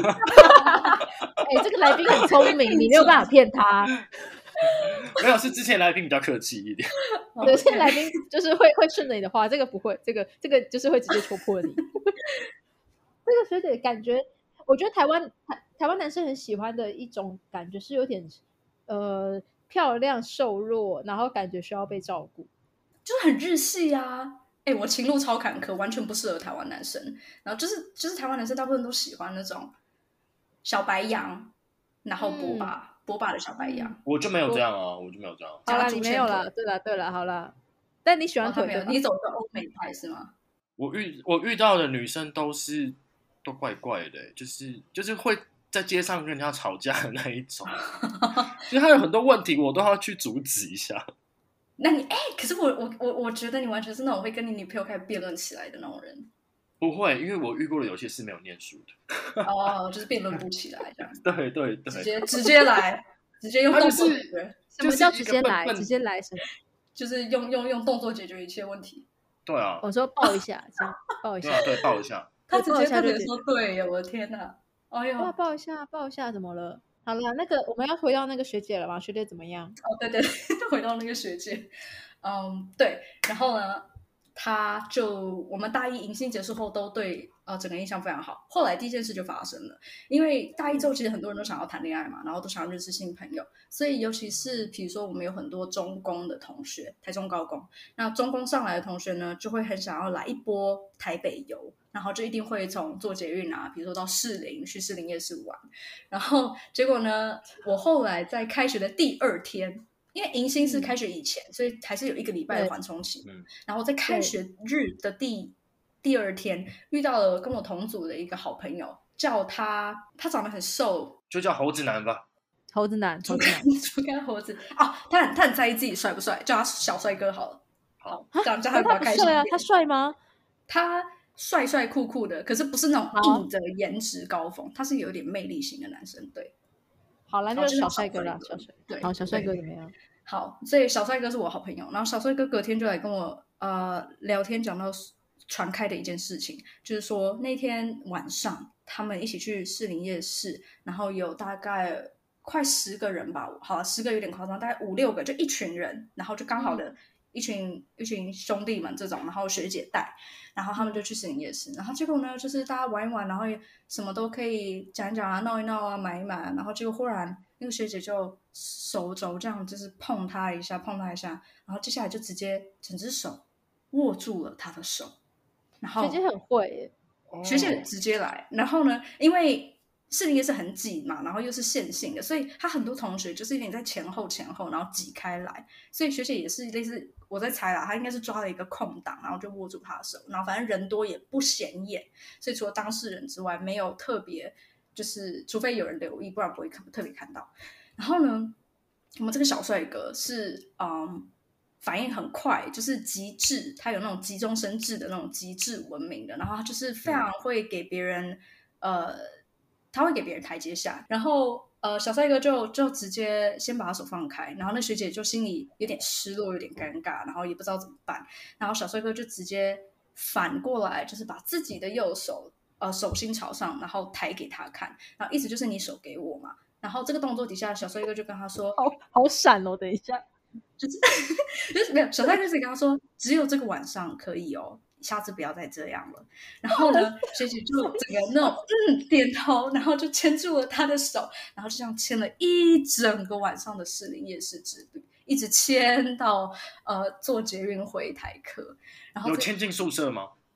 这个来宾很聪明，你没有办法骗他。 没有，是之前来宾比较客气一点。 有些来宾就是会顺着你的话，这个不会，这个就是会直接戳破你。这个学姐感觉，我觉得台湾男生很喜欢的一种感觉是有点漂亮瘦弱，然后感觉需要被照顾， 就是很日系啊。我情路超坎坷，完全不适合台湾男生。然后就是台湾男生大部分都喜欢那种小白羊，然后波霸的小白羊。 我就没有这样啊，我就没有这样。 好啦，你没有啦，对了，好啦。但你喜欢腿的吗？ 你走个欧美派是吗？ 我遇到的女生都怪怪的，就是会在街上跟人家吵架的那一种。其实他有很多问题，我都要去阻止一下。 那你可是我觉得你完全是那种会跟你女朋友开始辩论起来的那种人。 不会，因为我遇过的有些是没有念书的。就是辩论不起来这样。 对， 直接来，直接用动作解决。 什么叫直接来？直接来什么？ 就是用动作解决一切问题。 对啊， 我说抱一下，这样抱一下， 对，抱一下。 他直接说对呀，我的天哪！哎呦， 抱一下，怎么了？好了，那个我们要回到那个学姐了吗？学姐怎么样？ 对，回到那个学姐。对，然后呢，我们大一迎新结束后都对整个印象非常好。后来第一件事就发生了，因为大一之后其实很多人都想要谈恋爱嘛，然后都想要认识新朋友，所以尤其是比如说我们有很多中工的同学，台中高工，那中工上来的同学呢，就会很想要来一波台北游，然后就一定会坐捷运啊，比如说到士林，去士林夜市玩。然后结果呢，我后来在开学的第2天。因为迎新是开学以前，所以还是有1个礼拜的缓冲期。然后在开学日的第2天，遇到了跟我同组的一个好朋友，叫他长得很瘦， 就叫猴子男吧。 猴子男， 猪肝猴子他很在意自己帅不帅，叫他小帅哥好了。好，这样叫他比较开心。 他帅吗？ 他帅酷酷的，可是不是那种硬的颜值高峰，他是有点魅力型的男生。对。 好啦，就是小帅哥啦，对，好，小帅哥怎么样？ 好，所以小帅哥是我好朋友，然后小帅哥隔天就来跟我聊天，讲到传开的一件事情，就是说那天晚上他们一起去士林夜市，然后有大概快10个人吧，好，10个有点夸张，大概5、6个，就一群人，然后就刚好的一群兄弟们这种，然后学姐带，然后他们就去士林夜市，然后结果呢，就是大家玩一玩，然后也什么都可以讲一讲啊，闹一闹啊，买一买啊，然后结果忽然那个学姐就手肘这样就是碰他一下，然后接下来就直接整只手握住了他的手，然后学姐很会耶， 学姐直接来，然后呢，因为士林夜市很挤嘛，然后又是线性的，所以他很多同学就是有点在前后，然后挤开来，所以学姐也是类似，我在猜啦，他应该是抓了一个空档，然后就握住他的手，然后反正人多也不显眼，所以除了当事人之外，没有特别，就是除非有人留意，不然不会特别看到。然后呢，我们这个小帅哥是反应很快，就是极致，他有那种急中生智的那种极致闻名的，然后他就是非常会给别人他会给别人台阶下，然后小帅哥就直接先把他手放开，然后那学姐就心里有点失落，有点尴尬，然后也不知道怎么办，然后小帅哥就直接反过来，就是把自己的右手手心朝上，然后抬给他看，然后意思就是你手给我嘛，然后这个动作底下小帅哥就跟他说好闪哦，等一下， 就是没有，小帅哥就跟他说只有这个晚上可以哦，下次不要再这样了。然后呢，学姐就整个那种点头，然后就牵住了他的手，然后就这样牵了一整个晚上的士林夜市之旅，一直牵到坐捷运回台科。然后有牵进宿舍吗？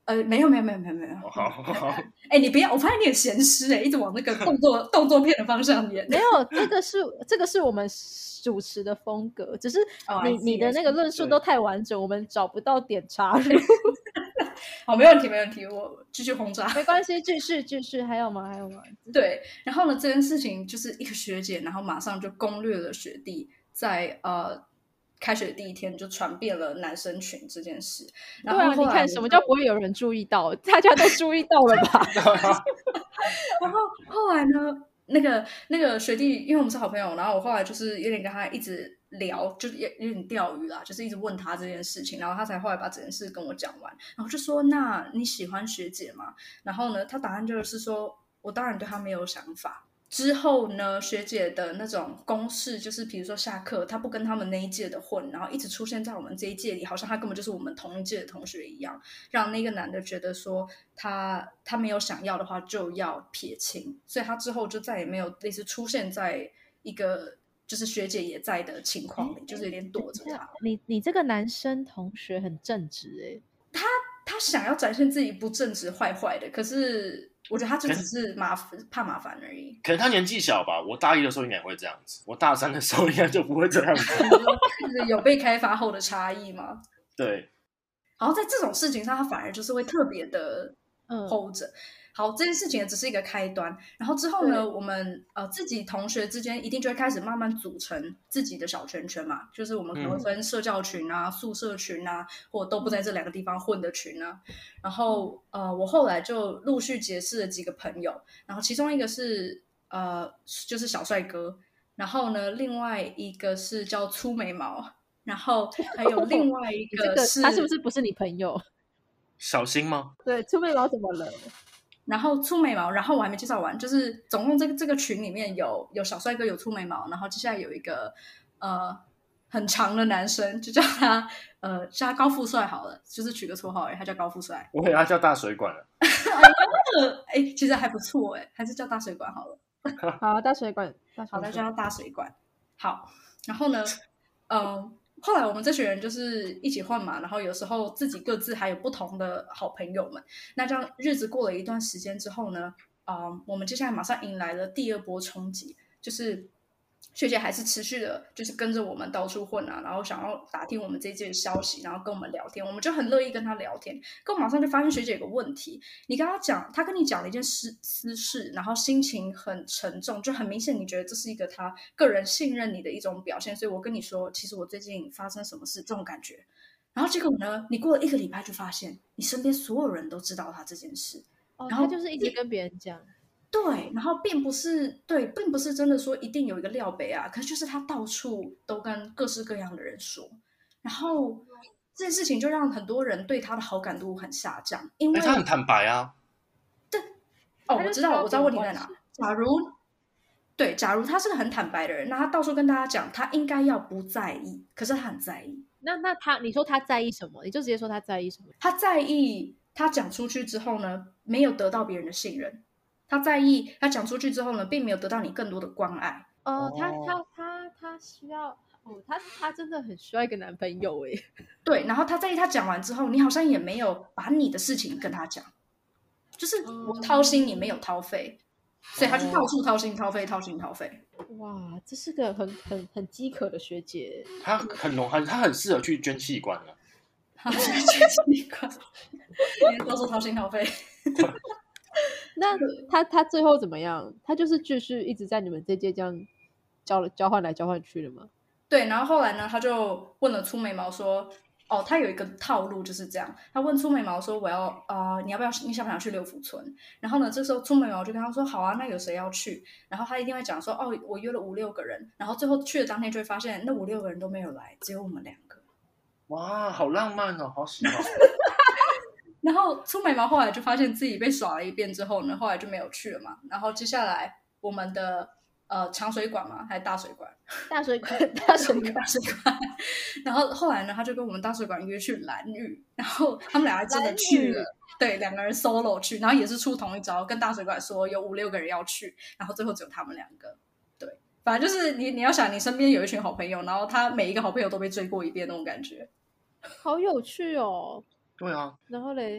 没有。 好好， 你不要，我发现你很咸湿一直往那个动作片的方向演。 没有，这个是我们主持的风格，只是你的那个论述都太完整，我们找不到点插入。 好，没问题，我继续轰炸。 没关系，继续，还有吗？ 对，然后呢，这件事情就是一个学姐，然后马上就攻略了学弟，在开学第一天就传遍了男生群这件事。然后你看什么叫不会有人注意到？大家都注意到了吧？ 然后后来呢，那个学弟，因为我们是好朋友，然后我后来就是有点跟他一直聊，就是有点钓鱼啦，就是一直问他这件事情，然后他才后来把整件事跟我讲完，然后就说：“那你喜欢学姐吗？”然后呢，他答案就是说：“我当然对她没有想法。”之后呢，学姐的那种公式就是，比如说下课，她不跟他们那一届的混，然后一直出现在我们这一届里，好像她根本就是我们同一届的同学一样，让那个男的觉得说他没有想要的话就要撇清，所以他之后就再也没有类似出现在一个就是学姐也在的情况里，就是有点躲着他。 你这个男生同学很正直他想要展现自己不正直坏坏的，可是我觉得他就只是怕麻烦而已。 可能他年纪小吧，我大一的时候应该也会这样子，我大3的时候应该就不会这样子。 有被开发后的差异吗？ 对。 然后在这种事情上，他反而就是会特别的 hold 着。好，这件事情也只是一个开端，然后之后呢，我们自己同学之间一定就会开始慢慢组成自己的小圈圈嘛，就是我们可能会分社教群啊、宿舍群啊，或都不在这2个地方混的群啊。然后我后来就陆续结识了几个朋友，然后其中一个是就是小帅哥，然后呢，另外一个是叫粗眉毛，然后还有另外一个是他是不是你朋友？ 小新吗？ 对，粗眉毛怎么了？ 然后粗眉毛，然后我还没介绍完，就是总共这个群里面有小帅哥，有粗眉毛，然后接下来有一个很长的男生，就叫他高富帅好了，就是取个绰号他叫高富帅。 我以为他叫大水管了。 其实还不错还是叫大水管好了。 好，大水管， 好，那叫大水管。好，然后呢，后来我们这群人就是一起换嘛，然后有时候自己各自还有不同的好朋友们。那这样日子过了一段时间之后呢，我们接下来马上迎来了第2波冲击，就是学姐还是持续的，就是跟着我们到处混啊，然后想要打听我们这一届的消息，然后跟我们聊天，我们就很乐意跟她聊天。可我马上就发现学姐有个问题，你跟她讲，她跟你讲了一件私事，然后心情很沉重，就很明显你觉得这是一个她个人信任你的一种表现，所以我跟你说，其实我最近发生什么事这种感觉。然后结果呢，你过了1个礼拜就发现你身边所有人都知道她这件事，然后他就是一直跟别人讲。 对，然后并不是真的说一定有一个料杯啊，可是就是他到处都跟各式各样的人说，然后这件事情就让很多人对他的好感度很下降，因为他很坦白啊。 对，我知道问题在哪。假如他是个很坦白的人，那他到处跟大家讲，他应该要不在意，可是他很在意。 那你说他在意什么？你就直接说他在意什么？ 他在意他讲出去之后呢，没有得到别人的信任。他在意他讲出去之后呢，并没有得到你更多的关爱。 他需要他真的很需要一个男朋友对，然后他在意他讲完之后，你好像也没有把你的事情跟他讲，就是我掏心你没有掏肺，所以他就到处掏心掏肺。 哇，这是个很饥渴的学姐。 他很适合去捐器官了。 他捐器官，到处掏心掏肺。 那他最后怎么样？他就是继续一直在你们这届这样交换来交换去的吗？ 对，然后后来呢，他就问了粗眉毛说：“他有一个套路就是这样。他问粗眉毛说：‘你想不想去六福村？’然后呢，这时候粗眉毛就跟他说：‘好啊，那有谁要去？’然后他一定会讲说：‘我约了5、6个人。’然后最后去的当天就会发现，那5、6个人都没有来，只有我们2个。 哇，好浪漫哦，好喜欢。 然后粗眉毛后来就发现自己被耍了一遍之后呢，后来就没有去了嘛。然后接下来我们的长水管嘛，还是大水管？ 大水管。 然后后来呢，他就跟我们大水管约去兰屿，然后他们2个真的去了。对，2个人 solo 去，然后也是出同一招，跟大水管说有5、6个人要去，然后最后只有他们2个。对，反正就是你要想，你身边有一群好朋友，然后他每一个好朋友都被追过一遍那种感觉， 好有趣哦。 对啊， 然后嘞，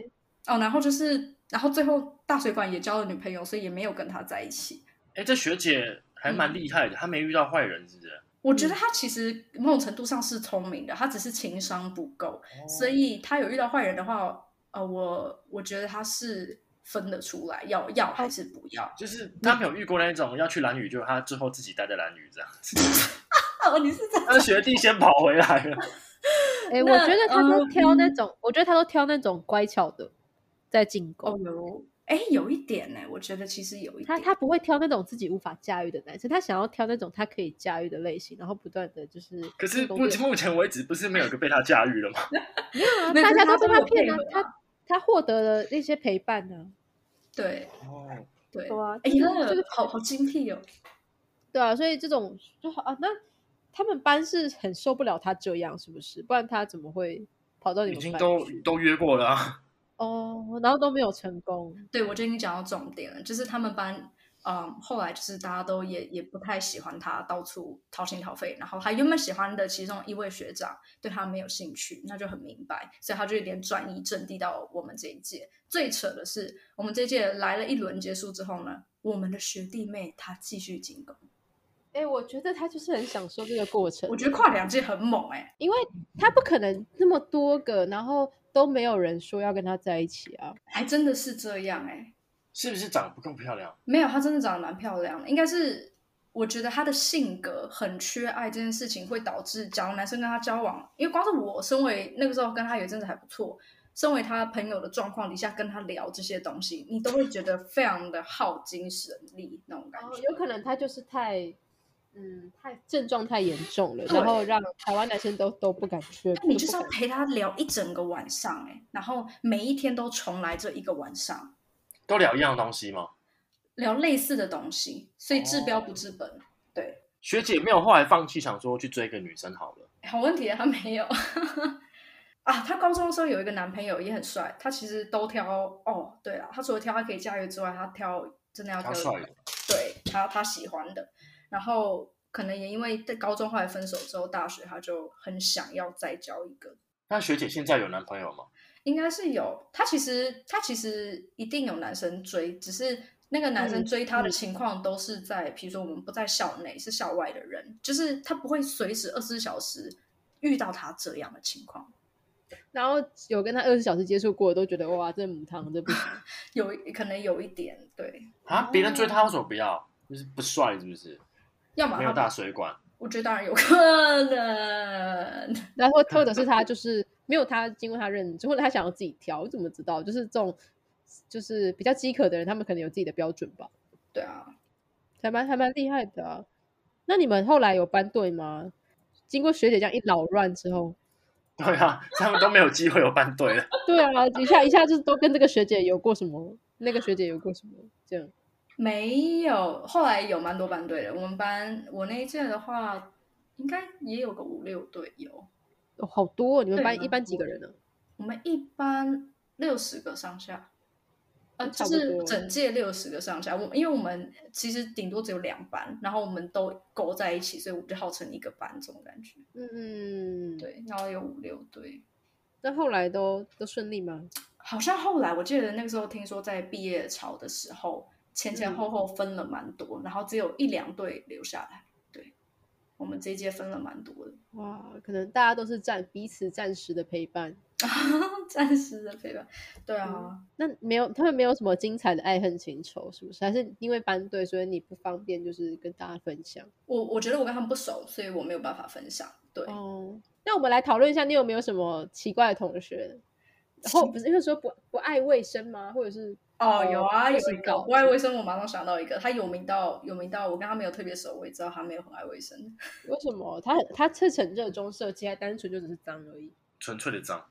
哦，然后最后大水管也交了女朋友，所以也没有跟他在一起。 这学姐还蛮厉害的，她没遇到坏人，是不是？ 我觉得他其实某种程度上是聪明的，他只是情商不够，所以他有遇到坏人的话，我觉得他是分得出来要还是不要。 就是他没有遇过那种要去兰屿，就他最后自己待在兰屿这样子。 哦，你是这样， 他学弟先跑回来了。 我觉得他都挑那种，我觉得他都挑那种乖巧的在进攻。 有一点呢，我觉得其实有一点， 他不会挑那种自己无法驾驭的男生，他想要挑那种他可以驾驭的类型，然后不断的就是。 可是目前为止不是没有一个被他驾驭了吗？ 没有啊，大家都被他骗啊，他获得了那些陪伴呢。 对，对啊， 这个好精辟哦。 对啊，所以这种就好啊。那他们班是很受不了他这样，是不是？不然他怎么会跑到你们班去？ 已经都约过了啊。 然后都没有成功。 对，我觉得你讲到重点了，就是他们班，后来就是大家都也不太喜欢他，到处掏心掏肺。然后他原本喜欢的其中一位学长对他没有兴趣，那就很明白，所以他就有点转移阵地到我们这一届。最扯的是，我们这一届来了一轮结束之后呢，我们的学弟妹他继续进攻。 我觉得他就是很享受这个过程。 我觉得跨2届很猛因为他不可能那么多个，然后都没有人说要跟他在一起啊。 还真的是这样是不是长得不更漂亮？ 没有，他真的长得蛮漂亮的，应该是我觉得他的性格很缺爱这件事情会导致，假如男生跟他交往，因为光是我身为那个时候跟他有一阵子还不错，身为他朋友的状况底下跟他聊这些东西，你都会觉得非常的耗精神力那种感觉。 有可能他就是太症状太严重了，然后让台湾男生都不敢去。 你就是要陪他聊一整个晚上然后每一天都重来这一个晚上。 都聊一样东西吗？ 聊类似的东西，所以治标不治本。对， 学姐没有后来放弃，想说去追个女生好了。 好问题他没有啊。他高中的时候有一个男朋友也很帅，他其实都挑对了，他除了挑他可以驾驭之外，他真的要挑帅的， 对他喜欢的。然后可能也因为在高中后来分手之后，大学他就很想要再交一个。 那学姐现在有男朋友吗？ 应该是有，他其实一定有男生追，只是那个男生追他的情况都是在，比如说我们不在校内，是校外的人，就是他不会随时24小时遇到他这样的情况。 然后有跟他24小时接触过的都觉得哇，这母汤这不行。 可能有一点对啊，别人追他为什么不要？就是不帅是不是？ 要么没有大水管。 我觉得当然有可能， 然后或者是他就是没有他经过他认知，或者他想要自己挑，我怎么知道？就是这种就是比较饥渴的人，他们可能有自己的标准吧。 对啊， 还蛮厉害的啊。那你们后来有班队吗？经过学姐这样一扰乱之后， 对啊，他们都没有机会有班队了。 对啊，一下就是都跟这个学姐有过什么，那个学姐有过什么这样。 没有，后来有蛮多班队的。我们班我那一届的话，应该也有个5、6队有。 好多哦。你们班一般几个人呢？ 我们一般60个上下，就是整届60个上下。因为我们其实顶多只有2班，然后我们都勾在一起，所以我们就号称一个班这种感觉。对，然后有5、6队。 那后来都顺利吗？ 好像后来我记得那个时候听说在毕业潮的时候，前后分了蛮多，然后只有1、2队留下来。对，我们这一届分了蛮多的。 哇，可能大家都是彼此暂时的陪伴。 暂时的陪伴，对啊。 那他们没有什么精彩的爱恨情仇，是不是？还是因为班队，所以你不方便就是跟大家分享？ 我觉得我跟他们不熟，所以我没有办法分享。对那我们来讨论一下，你有没有什么奇怪的同学？不是因为说不爱卫生吗？或者是有啊，有一个不爱卫生，我马上想到一个，他有名到我跟他没有特别熟，我也知道他没有很爱卫生。 为什么？他是很热衷设计，还单纯就只是脏而已， 纯粹的脏。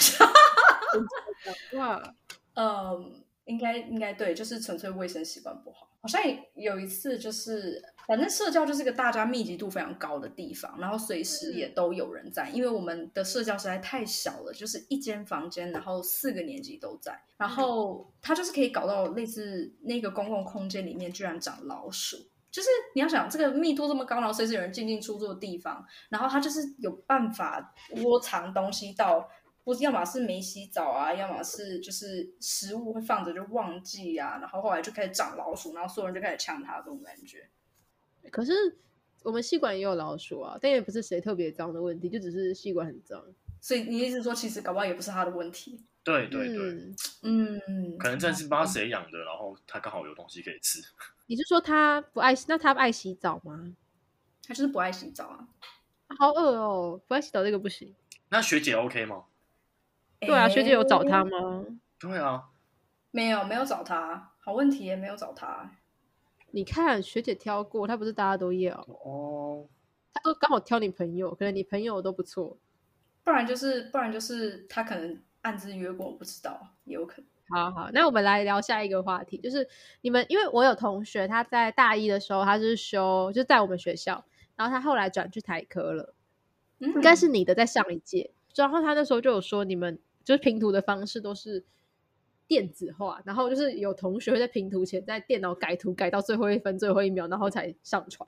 哇， 应该对，就是纯粹卫生习惯不好。好像有一次就是，反正社教就是个大家密集度非常高的地方，然后随时也都有人在，因为我们的社教实在太小了，就是一间房间，然后4个年级都在，然后它就是可以搞到类似那个公共空间里面居然长老鼠。就是你要想这个密度这么高，然后随时有人进进出出的地方，然后它就是有办法窝藏东西到不是要么是没洗澡啊，要么是就是食物会放着就忘记啊，然后后来就开始长老鼠，然后所有人就开始呛他这种感觉。 可是我们吸管也有老鼠啊，但也不是谁特别脏的问题，就只是吸管很脏。 所以你意思说，其实搞不好也不是他的问题。 对对对，可能真的是不知道谁养的，然后他刚好有东西可以吃。 你是说他不爱？那他爱洗澡吗？ 他就是不爱洗澡啊。 好恶哦，不爱洗澡这个不行。 那学姐 OK 吗？ 对啊，学姐有找他吗？ 对啊， 没有找他，好问题也没有找他。 你看学姐挑过，她不是大家都要哦， 她都刚好挑你朋友，可能你朋友都不错。 不然就是他可能暗自约过，我不知道，也有可能。 好好，那我们来聊下一个话题，就是你们，因为我有同学他在大一的时候他是修，就在我们学校，然后他后来转去台科了，应该是你的在上一届，然后他那时候就有说你们就是评图的方式都是电子化，然后就是有同学会在评图前在电脑改图改到最后一分最后一秒，然后才上传。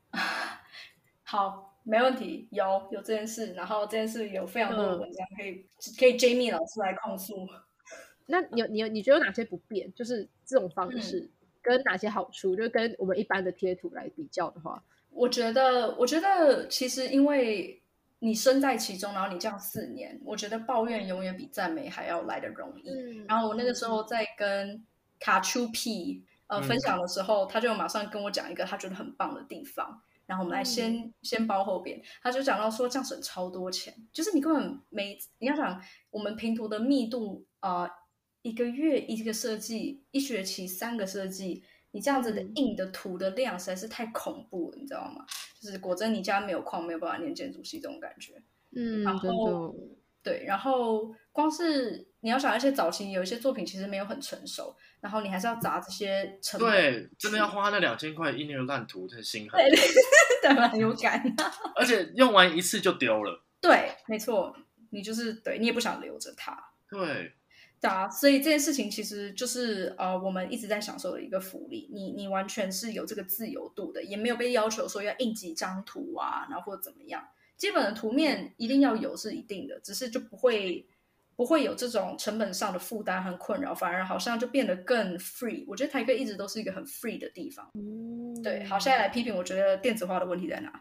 好，没问题，有这件事，然后这件事有非常多的文章可以 Jamie 老师来控诉。 那你觉得有哪些不便？就是这种方式跟哪些好处？就跟我们一般的贴图来比较的话， 我觉得其实因为你身在其中，然后你这样4年，我觉得抱怨永远比赞美还要来得容易。然后我那个时候在跟卡丘 P 分享的时候，他就马上跟我讲一个他觉得很棒的地方。然后我们来先包后边，他就讲到说这样省超多钱，就是你根本你要想我们评图的密度1个月1个设计，1学期3个设计，你这样子的印的图的量实在是太恐怖了，你知道吗？就是果真你家没有矿，没有办法念建筑系这种感觉。然后对，然后光是你要想，而且早期有一些作品其实没有很成熟，然后你还是要砸这些成本。 对，真的要花那2000块印那个烂图，真的心狠。 对吧？很有感。 而且用完一次就丢了。 对，没错，你就是对你也不想留着它。 对。 对啊，所以这件事情其实就是我们一直在享受的一个福利。你完全是有这个自由度的，也没有被要求说要印几张图啊，然后或者怎么样。基本的图面一定要有是一定的，只是就不会有这种成本上的负担和困扰，反而好像就变得更 free。我觉得台科一直都是一个很 free 的地方。对，好，现在来批评，我觉得电子化的问题在哪？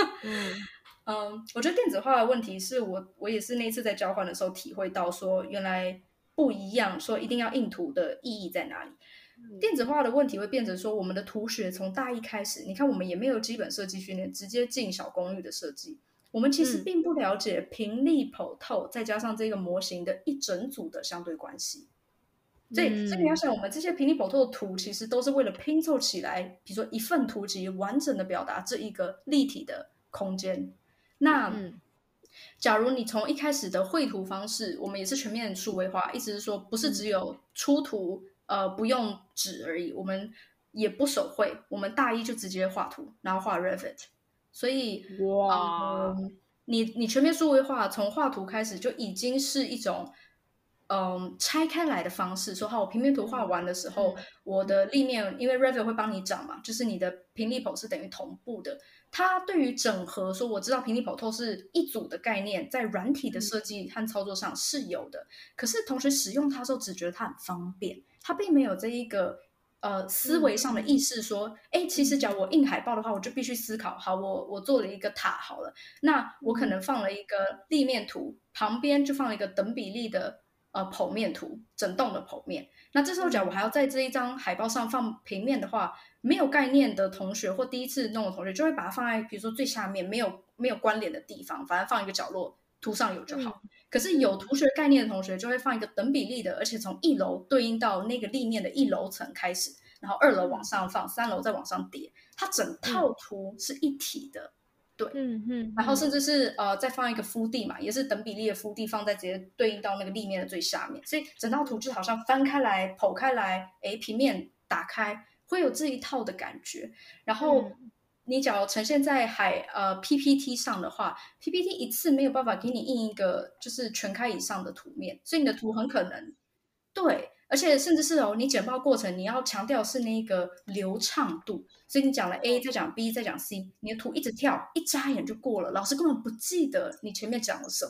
我觉得电子化的问题是我也是那一次在交换的时候体会到说，原来不一样，说一定要印图的意义在哪里？电子化的问题会变成说，我们的图学从大一开始，你看我们也没有基本设计训练，直接进小公寓的设计。我们其实并不了解平力剖透再加上这个模型的一整组的相对关系。所以你要想，我们这些平力剖透的图其实都是为了拼凑起来，比如说一份图集完整的表达这一个立体的空间。那假如你从一开始的绘图方式，我们也是全面数位化，意思是说不是只有出图不用纸而已，我们也不手绘，我们大一就直接画图，然后画 Revit。所以哇，你全面数位化，从画图开始就已经是一种拆开来的方式。说好，我平面图画完的时候，我的立面因为 Revit 会帮你长嘛，就是你的平立剖是等于同步的。它对于整合说，我知道平立剖透是一组的概念，在软体的设计和操作上是有的，可是同学使用它的时候只觉得它很方便，它并没有这一个思维上的意识说，其实假如我印海报的话，我就必须思考，好，我做了一个塔好了，那我可能放了一个立面图，旁边就放了一个等比例的剖面图，整栋的剖面。那这时候假如我还要在这一张海报上放平面的话，没有概念的同学或第一次弄的同学就会把它放在比如说最下面没有关联的地方，反正放一个角落，图上有就好。可是有图学概念的同学就会放一个等比例的，而且从1楼对应到那个立面的1楼层开始，然后2楼往上放，3楼再往上叠，它整套图是一体的。对，然后甚至是再放一个敷地嘛，也是等比例的敷地放在直接对应到那个立面的最下面，所以整套图就好像翻开来剖开来，平面打开会有这一套的感觉。然后你假如呈现在PPT 上的话， PPT 一次没有办法给你印一个就是全开以上的图面，所以你的图很可能对，而且甚至是你简报过程你要强调是那个流畅度，所以你讲了 A 再讲 B 再讲 C， 你的图一直跳，一眨眼就过了，老师根本不记得你前面讲了什么，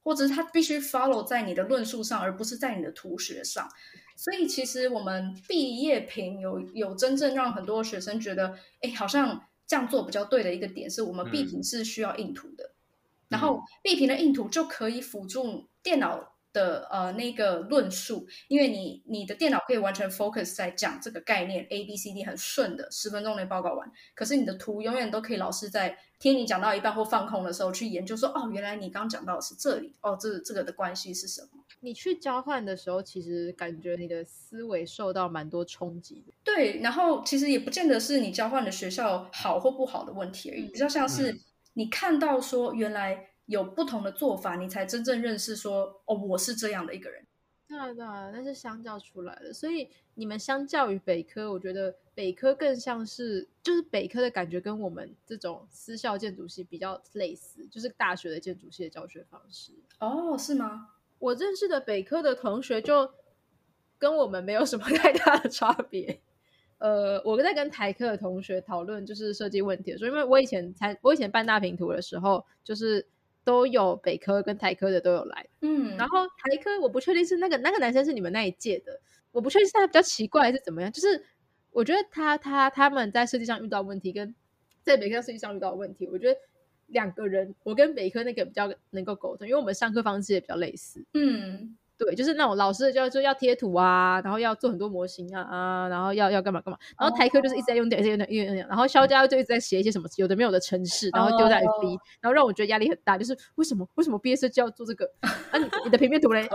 或者是他必须 follow 在你的论述上，而不是在你的图学上。所以其实我们毕业评有真正让很多学生觉得，哎，好像这样做比较对的一个点是，我们毕评是需要印图的，然后毕评的印图就可以辅助电脑的那个论述，因为你的电脑可以完全 focus 在讲这个概念 ABCD 很顺的10分钟内报告完，可是你的图永远都可以老师在听你讲到一半或放空的时候去研究说，哦，原来你刚讲到的是这里，哦，这个的关系是什么。 你去交换的时候其实感觉你的思维受到蛮多冲击的。 对，然后其实也不见得是你交换的学校好或不好的问题而已，比较像是你看到说原来有不同的做法，你才真正认识说，哦，我是这样的一个人。 对啊，那是相较出来的。所以你们相较于北科，我觉得北科更像是，就是北科的感觉跟我们这种私校建筑系比较类似，就是大学的建筑系的教学方式。 哦，是吗？ 我认识的北科的同学就跟我们没有什么太大的差别。我在跟台科的同学讨论就是设计问题的时候，因为我以前办大评图的时候，就是都有北科跟台科的都有来，然后台科我不确定是那个男生是你们那一届的，我不确定是他比较奇怪还是怎么样，就是我觉得他们在设计上遇到问题，跟在北科设计上遇到问题，我觉得两个人，我跟北科那个比较能够沟通，因为我们上课方式也比较类似。对，就是那种老师就要贴图啊，然后要做很多模型啊，然后要干嘛干嘛，然后台科就是一直在用电，然后肖家就一直在写一些什么有的没有的程式，然后丢在 FB，然后让我觉得压力很大，就是为什么毕业设计要做这个？啊，你的平面图嘞？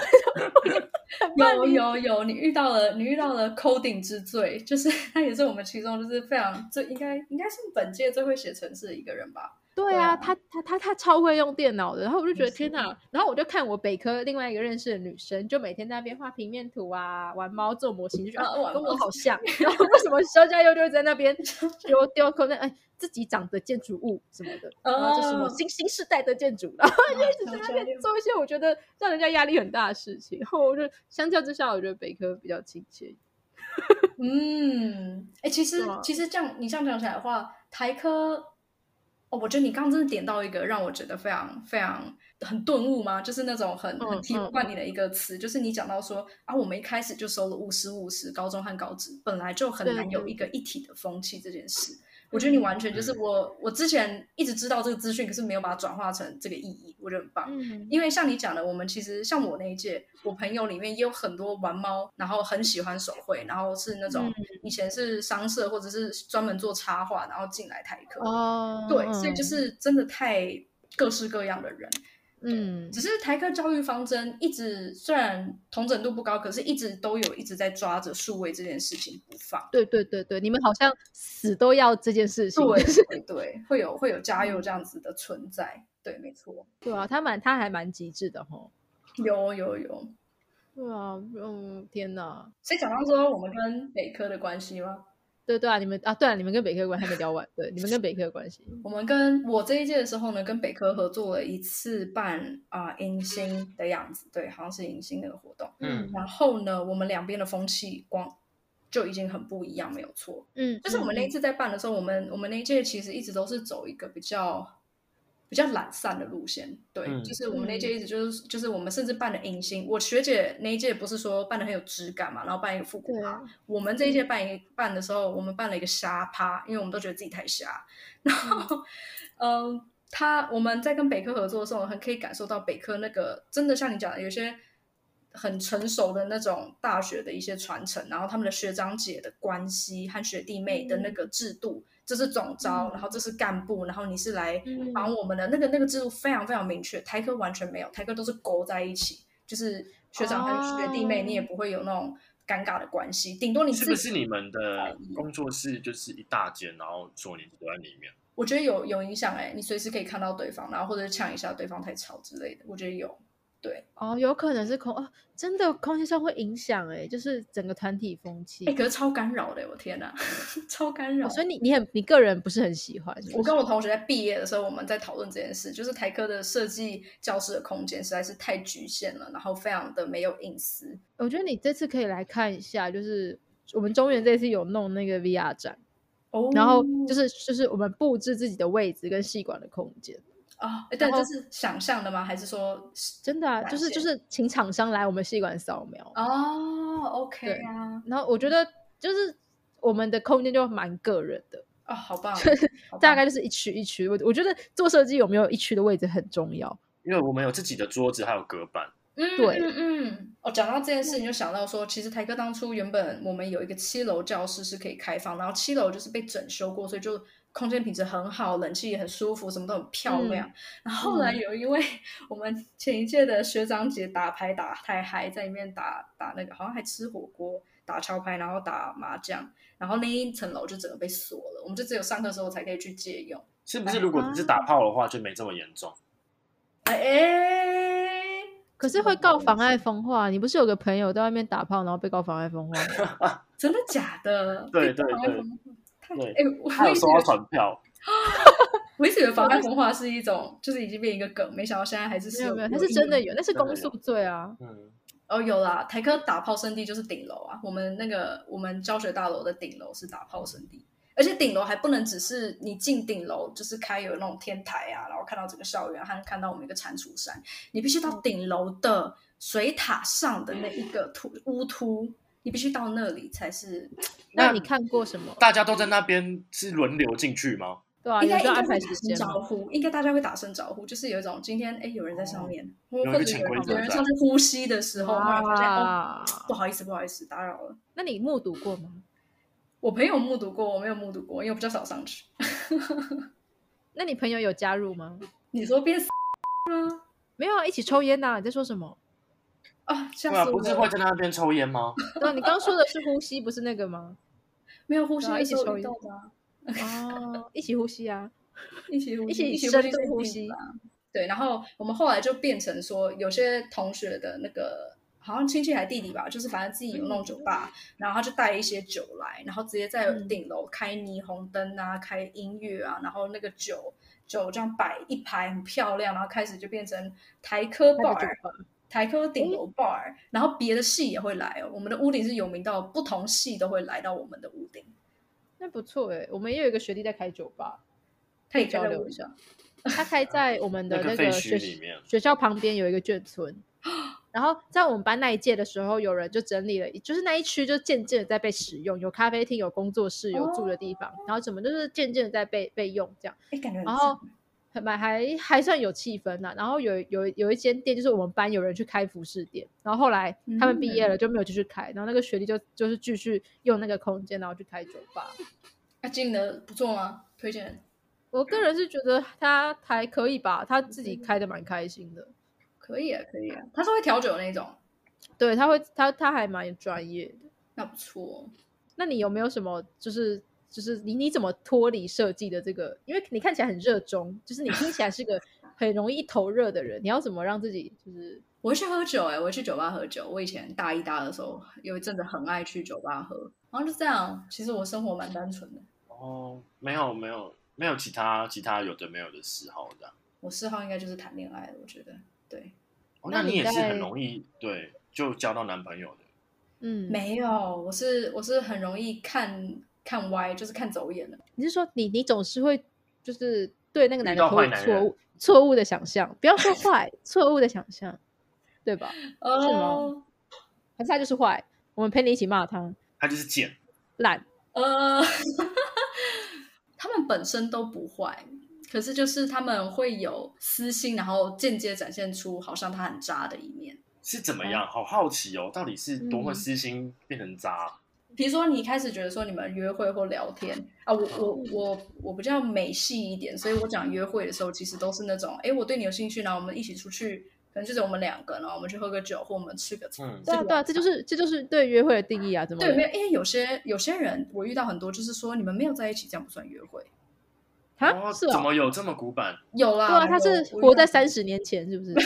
有，你遇到了 coding 之最，就是他也是我们其中就是非常应该是本届最会写程式的一个人吧。 对啊，他超会用电脑的，然后我就觉得天哪，然后我就看我北科另外一个认识的女生，就每天在那边画平面图啊，玩猫做模型，就觉得跟我好像。然后为什么肖家佑就会在那边丢扣那自己长的建筑物什么的，然后就什么新世代的建筑，然后就一直在那边做一些我觉得让人家压力很大的事情。然后我就相较之下，我觉得北科比较亲切。 其实你这样讲起来的话，台科。我觉得你刚刚真的点到一个让我觉得非常非常很顿悟吗？就是那种很醍醐灌顶的一个词，就是你讲到说啊，我们一开始就收了50-50，高中和高职本来就很难有一个一体的风气这件事。我觉得你完全就是我之前一直知道这个资讯，可是没有把它转化成这个意义，我觉得很棒。因为像你讲的，我们其实像我那一届，我朋友里面也有很多玩猫，然后很喜欢手绘，然后是那种以前是商社或者是专门做插画，然后进来台科。对，所以就是真的太各式各样的人。只是台科教育方针一直虽然统整度不高，可是一直都有一直在抓着数位这件事情不放。 对，你们好像死都要这件事情。 对，会有加油这样子的存在。对，没错。 对啊，他还蛮极致的齁。 有。 对啊，天哪！ 所以讲到说我们跟北科的关系吗？ 对啊，你们跟北科关系还没聊完。对，你们跟北科的关系， 我这一届的时候呢，跟北科合作了一次办迎新的样子，对，好像是迎新那个活动。然后呢，我们两边的风气就已经很不一样，没有错。就是我们那一次在办的时候，我们那一届其实一直都是走一个比较懒散的路线。对，就是我们那届一直就是我们甚至办了迎新，我学姐那一届不是说办的很有质感嘛，然后办一个复古趴。我们这一届办的时候，我们办了一个瞎趴，因为我们都觉得自己太瞎。然后我们在跟北科合作的时候，很可以感受到北科那个真的像你讲的，有些很成熟的那种大学的一些传承，然后他们的学长姐的关系和学弟妹的那个制度。这是总招，然后这是干部，然后你是来帮我们的那个制度非常非常明确。台科完全没有，台科都是勾在一起，就是学长和学弟妹，你也不会有那种尴尬的关系，顶多你自己。 是不是你们的工作室就是一大间，然后所有年纪都在里面？ 我觉得有影响你随时可以看到对方，然后或者呛一下对方太吵之类的，我觉得有。对有可能是真的空气上会影响就是整个团体风气。 可是超干扰的，我天哪，超干扰。 所以你个人不是很喜欢？ 我跟我同学在毕业的时候，我们在讨论这件事，就是台科的设计教室的空间实在是太局限了，然后非常的没有隐私。 我觉得你这次可以来看一下，就是我们中原这次有弄那个 VR 展，然后就是我们布置自己的位置跟系馆的空间。 对，这是想象的吗？还是说真的啊？就是请厂商来我们系馆扫描。 OK 啊。 然后我觉得就是我们的空间就蛮个人的。 好棒， 大概就是一区一区。我觉得做设计有没有一区的位置很重要， 因为我们有自己的桌子还有隔板。 对， 讲到这件事，你就想到说，其实台科当初原本我们有一个7楼教室是可以开放，然后7楼就是被整修过，所以就空间品质很好，冷气也很舒服，什么都很漂亮。然后后来有一位我们前一届的学长姐打牌打太嗨，在里面打那个好像还吃火锅、打桥牌，然后打麻将，然后那一层楼就整个被锁了，我们就只有上课的时候才可以去借用。 是不是如果只是打炮的话就没这么严重？ 可是会告妨碍风化。你不是有个朋友在外面打炮，然后被告妨碍风化吗？ 真的假的？ 对，他有收到传票。 我一直以为妨碍风化是一种，就是已经变一个梗，没想到现在还是没有，它是真的有，那是公诉罪啊。 有啦，台科打炮圣地就是顶楼啊，我们教学大楼的顶楼是打炮圣地。而且顶楼还不能只是你进顶楼就是开有那种天台啊，然后看到整个校园和看到我们一个蟾蜍山，你必须到顶楼的水塔上的那一个屋突，你必须到那里才是。 那你看过什么？ 大家都在那边是轮流进去吗？ 对啊， 应该安排时间招呼，应该大家会打声招呼，就是有一种今天有人在上面，或者有人上去呼吸的时候，发现不好意思打扰了。 那你目睹过吗？ 我朋友目睹过，我没有目睹过，因为我比较少上去。 那你朋友有加入吗？ 你说变吗？ 没有啊，一起抽烟啊。你在说什么？ 吓死我了！ 不是会在那边抽烟吗？ 对，你刚说的是呼吸，不是那个吗？ 没有呼吸， 一起抽烟一起呼吸啊，一起深度呼吸。 对，然后我们后来就变成说，有些同学的那个。好像亲戚还弟弟吧，就是反正自己有弄酒吧，然后他就带一些酒来，然后直接在顶楼开霓虹灯啊，开音乐啊，然后那个酒这样摆一排很漂亮，然后开始就变成台科 bar， 台科顶楼 bar， 然后别的系也会来哦，我们的屋顶是有名到不同系都会来到我们的屋顶。 那不错耶，我们也有一个学弟在开酒吧， 可以交流一下。 他开在我们的那个学校旁边有一个眷村。然后在我们班那一届的时候，有人就整理了，就是那一区就渐渐的在被使用，有咖啡厅、有工作室、有住的地方，然后怎么就是渐渐的在被用这样。 感觉然后还算有气氛啦。然后有一间店，就是我们班有人去开服饰店，然后后来他们毕业了就没有继续开，然后那个学弟就是继续用那个空间，然后去开酒吧。 经营的不错吗？推荐？ 我个人是觉得他还可以吧，他自己开的蛮开心的。 可以啊，他是会调酒那种。 对，他还蛮专业的。 那不错。 那你有没有什么就是你怎么脱离设计的这个？因为你看起来很热衷，就是你听起来是个很容易一头热的人，你要怎么让自己就是？ 我会去喝酒我会去酒吧喝酒。我以前大一大二的时候有一阵子很爱去酒吧喝，然后就这样。其实我生活蛮单纯的。 没有其他有的没有的嗜好的。 我嗜好应该就是谈恋爱，我觉得对。 那你也是很容易对就交到男朋友的？ 没有，我是很容易看歪，就是看走眼的。 你是说你总是会就是对那个男的错误的想象，不要说坏，错误的想象，对吧？是吗？还是他就是坏？我们陪你一起骂他， 他就是贱烂。 他们本身都不坏。可是就是他们会有私心，然后间接展现出好像他很渣的一面。 是怎么样？好好奇哦，到底是多么私心变成渣？ 比如说你一开始觉得说你们约会或聊天啊，我比较美系一点，所以我讲约会的时候其实都是那种，我对你有兴趣，然后我们一起出去，可能就是我们两个，然后我们去喝个酒，或我们吃个对啊，这就是对约会的定义啊，怎么对？没有，因为有些人我遇到很多，就是说你们没有在一起，这样不算约会。 是怎么有这么古板？ 有啦， 对啊，他是活在30年前，是不是？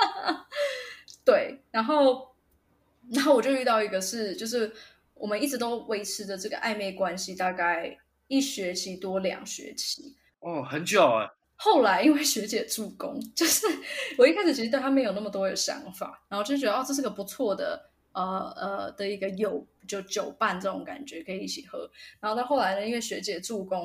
对，然后我就遇到一个就是我们一直都维持着这个暧昧关系，大概1学期多2学期。 很久啊。 后来因为学姐助攻，就是我一开始其实对他没有那么多的想法，然后就觉得这是个不错的的一个酒伴这种感觉，可以一起喝。然后到后来呢，因为学姐助攻。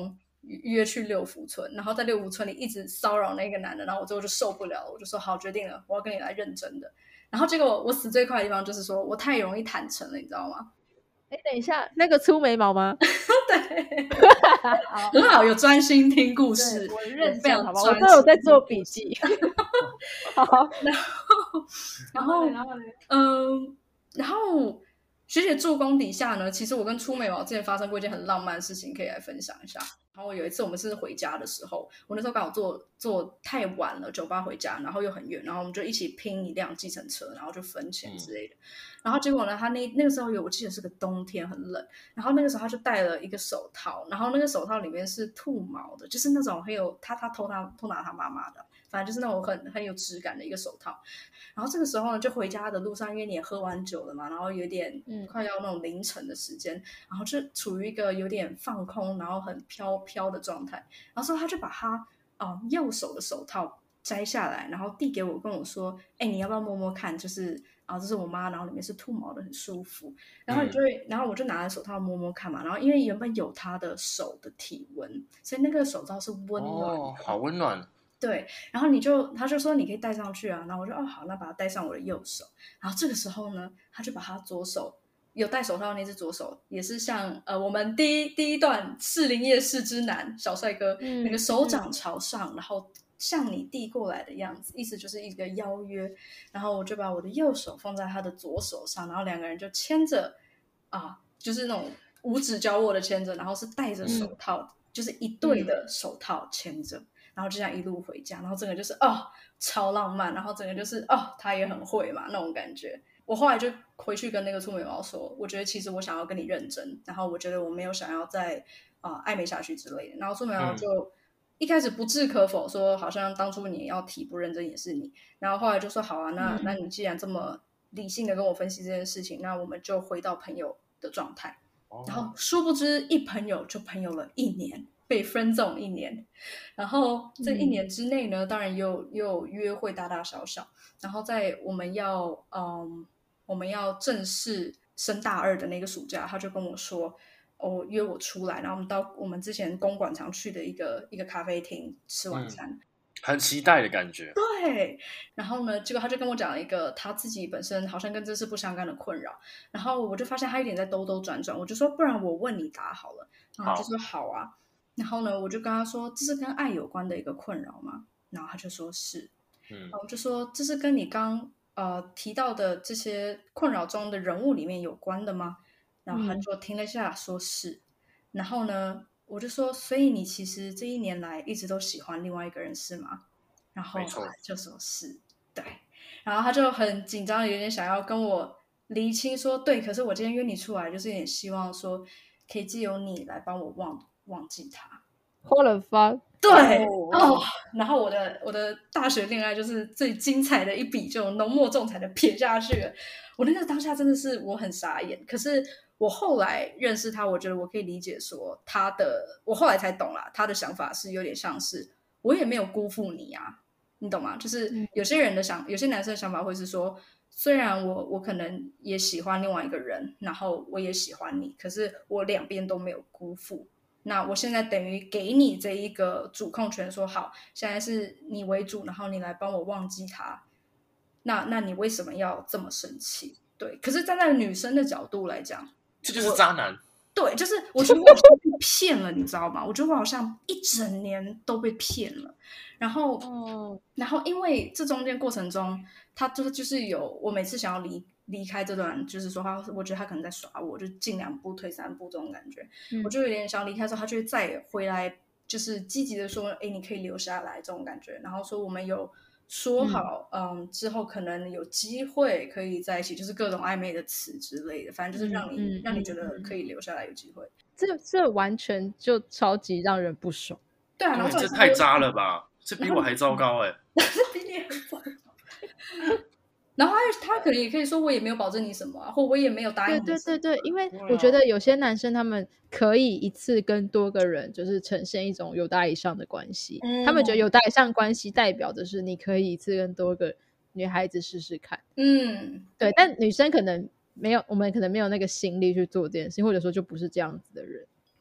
约去六福村，然后在六福村里一直骚扰那个男的，然后我最后就受不了了，我就说好，决定了，我要跟你来认真的。然后结果我死最快的地方就是说我太容易坦诚了，你知道吗？ 等一下，那个粗眉毛吗？ 对，很好，有专心听故事， 我认非常好吧，我都有在做笔记。好， 然后然后学姐助攻底下呢，其实我跟粗眉毛之前发生过一件很浪漫的事情，可以来分享一下。然后有一次我们是回家的时候，我那时候刚好坐太晚了，酒吧回家，然后又很远，然后我们就一起拼一辆计程车，然后就分钱之类的。然后结果呢，他那个时候我记得是个冬天，很冷，然后那个时候他就戴了一个手套，然后那个手套里面是兔毛的，就是那种很有他偷拿他妈妈的，反正就是那种很有质感的一个手套。然后这个时候呢，就回家的路上，因为你也喝完酒了嘛，然后有点快要那种凌晨的时间，然后就处于一个有点放空，然后很飘的状态。然后所以他就把他右手的手套摘下来，然后递给我，跟我说：“哎，你要不要摸摸看？就是这是我妈，然后里面是兔毛的，很舒服。”然后然后我就拿着手套摸摸看嘛，然后因为原本有他的手的体温，所以那个手套是温暖的， 好温暖。 对，然后他就说你可以戴上去啊，然后我就好，那把它戴上我的右手。然后这个时候呢，他就把他左手有戴手套的那只左手，也是像我们第一段士林夜市之男小帅哥，那个手掌朝上，然后向你递过来的样子，意思就是一个邀约。然后我就把我的右手放在他的左手上，然后两个人就牵着就是那种五指交握的牵着，然后是戴着手套，就是一对的手套牵着。然后就这样一路回家，然后整个就是超浪漫，然后整个就是他也很会嘛那种感觉。我后来就回去跟那个粗眉毛说，我觉得其实我想要跟你认真，然后我觉得我没有想要再暧昧下去之类的。然后粗眉毛就一开始不置可否，说好像当初你要提不认真也是你，然后后来就说好啊，那你既然这么理性的跟我分析这件事情，那我们就回到朋友的状态。然后殊不知一朋友就朋友了1年，被friend zone 1年，然后这1年之内呢，当然又有约会大大小小，然后在我们要正式升大2的那个暑假，他就跟我说约我出来，然后我们到我们之前公馆常去的一个咖啡厅吃晚餐。 很期待的感觉。 对，然后呢，结果他就跟我讲了一个他自己本身好像跟这事不相干的困扰，然后我就发现他有点在兜兜转转，我就说不然我问你答好了，然后他就说好啊，然后呢我就跟他说这是跟爱有关的一个困扰吗？然后他就说是，然后我就说这是跟你刚提到的这些困扰中的人物里面有关的吗？然后他就停了下说是，然后呢我就说所以你其实这1年来一直都喜欢另外一个人是吗？然后他就说是，对，然后他就很紧张，有点想要跟我厘清说对，可是我今天约你出来就是有点希望说可以藉由你来帮我忘记他。 What the fuck？ 对然后我的大学恋爱就是最精彩的一笔，就浓墨重彩的撇下去了。我那个当下真的是我很傻眼，可是我后来认识他，我觉得我可以理解说我后来才懂啦，他的想法是有点像是我也没有辜负你啊，你懂吗？就是有些男生的想法会是说，虽然我可能也喜欢另外一个人，然后我也喜欢你，可是我两边都没有辜负。那我现在等于给你这一个主控权，说好，现在是你为主，然后你来帮我忘记他。那你为什么要这么生气？对，可是站在女生的角度来讲， 这就是渣男。 对，就是我觉得我好像被骗了，你知道吗？我觉得我好像一整年都被骗了。然后因为这中间过程中，他就是我每次想要离开这段，就是说我觉得他可能在耍我，就进2步退3步这种感觉，我就有点想要离开的时候，他就会再回来，就是积极的说，哎，你可以留下来这种感觉，然后说我们有说好，之后可能有机会可以在一起，就是各种暧昧的词之类的，反正就是让你觉得可以留下来，有机会。 这完全就超级让人不爽。 对啊，然后这太渣了吧？这比我还糟糕哎！ 比你还糟糕。然后他可能也可以说，我也没有保证你什么啊，或我也没有答应你。 对，因为我觉得有些男生他们可以一次跟多个人就是呈现一种有大以上的关系，他们觉得有大以上关系代表的是你可以一次跟多个女孩子试试看。对，但女生可能没有，我们可能没有那个心力去做这件事，或者说就不是这样子的人。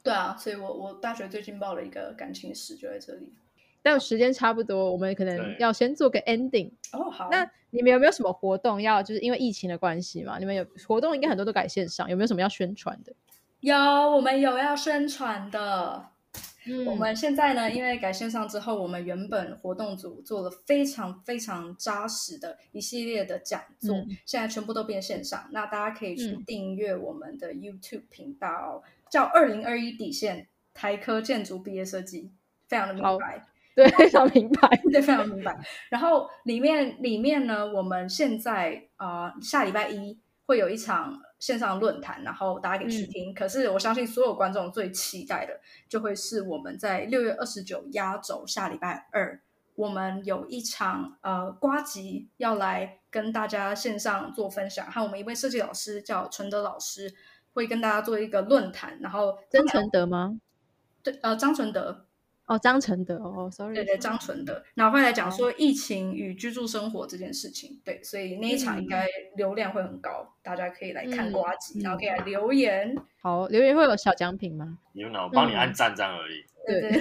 对啊，所以我大学最近报了一个感情史，就在这里。 但时间差不多，我们可能要先做个 ending。 哦，好。 那你们有没有什么活动要，就是因为疫情的关系嘛，你们有活动应该很多都改线上，有没有什么要宣传的？ 有，我们有要宣传的。我们现在呢，因为改线上之后，我们原本活动组做了非常非常扎实的一系列的讲座，现在全部都变线上。那大家可以去订阅我们的 YouTube 频道，叫2021底线台科建筑毕业设计，非常的明白。 对，非常明白， 对，非常明白。然后里面呢，我们现在下礼拜一会有一场线上论坛，然后大家可以去听。可是我相信所有观众最期待的，就会是我们在6月29压轴下礼拜二，我们有一场呱吉要来跟大家线上做分享，和我们一位设计老师叫纯德老师，会跟大家做一个论坛。然后曾纯德吗？ 对，张纯德。 哦，张纯德哦 ，sorry， 对，张纯德，然后会来讲说疫情与居住生活这件事情。对，所以那一场应该流量会很高，大大家可以来看呱吉，然后可以来留言。 好，留言会有小奖品吗？ 有呢，我帮你按赞这样而已。 对，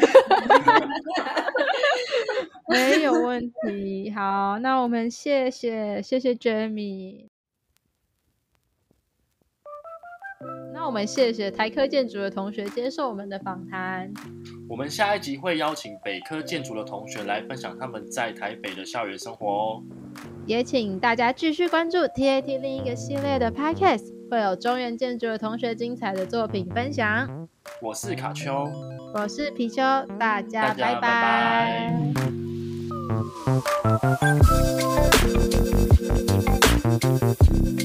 没有问题。好，那我们谢谢 Jamie。那我们谢谢台科建筑的同学接受我们的访谈。 我们下一集会邀请北科建筑的同学来分享他们在台北的校园生活哦。 也请大家继续关注 TAT 另一个系列的 Podcast， 会有中原建筑的同学精彩的作品分享。 我是卡丘， 我是皮丘，大家拜拜拜。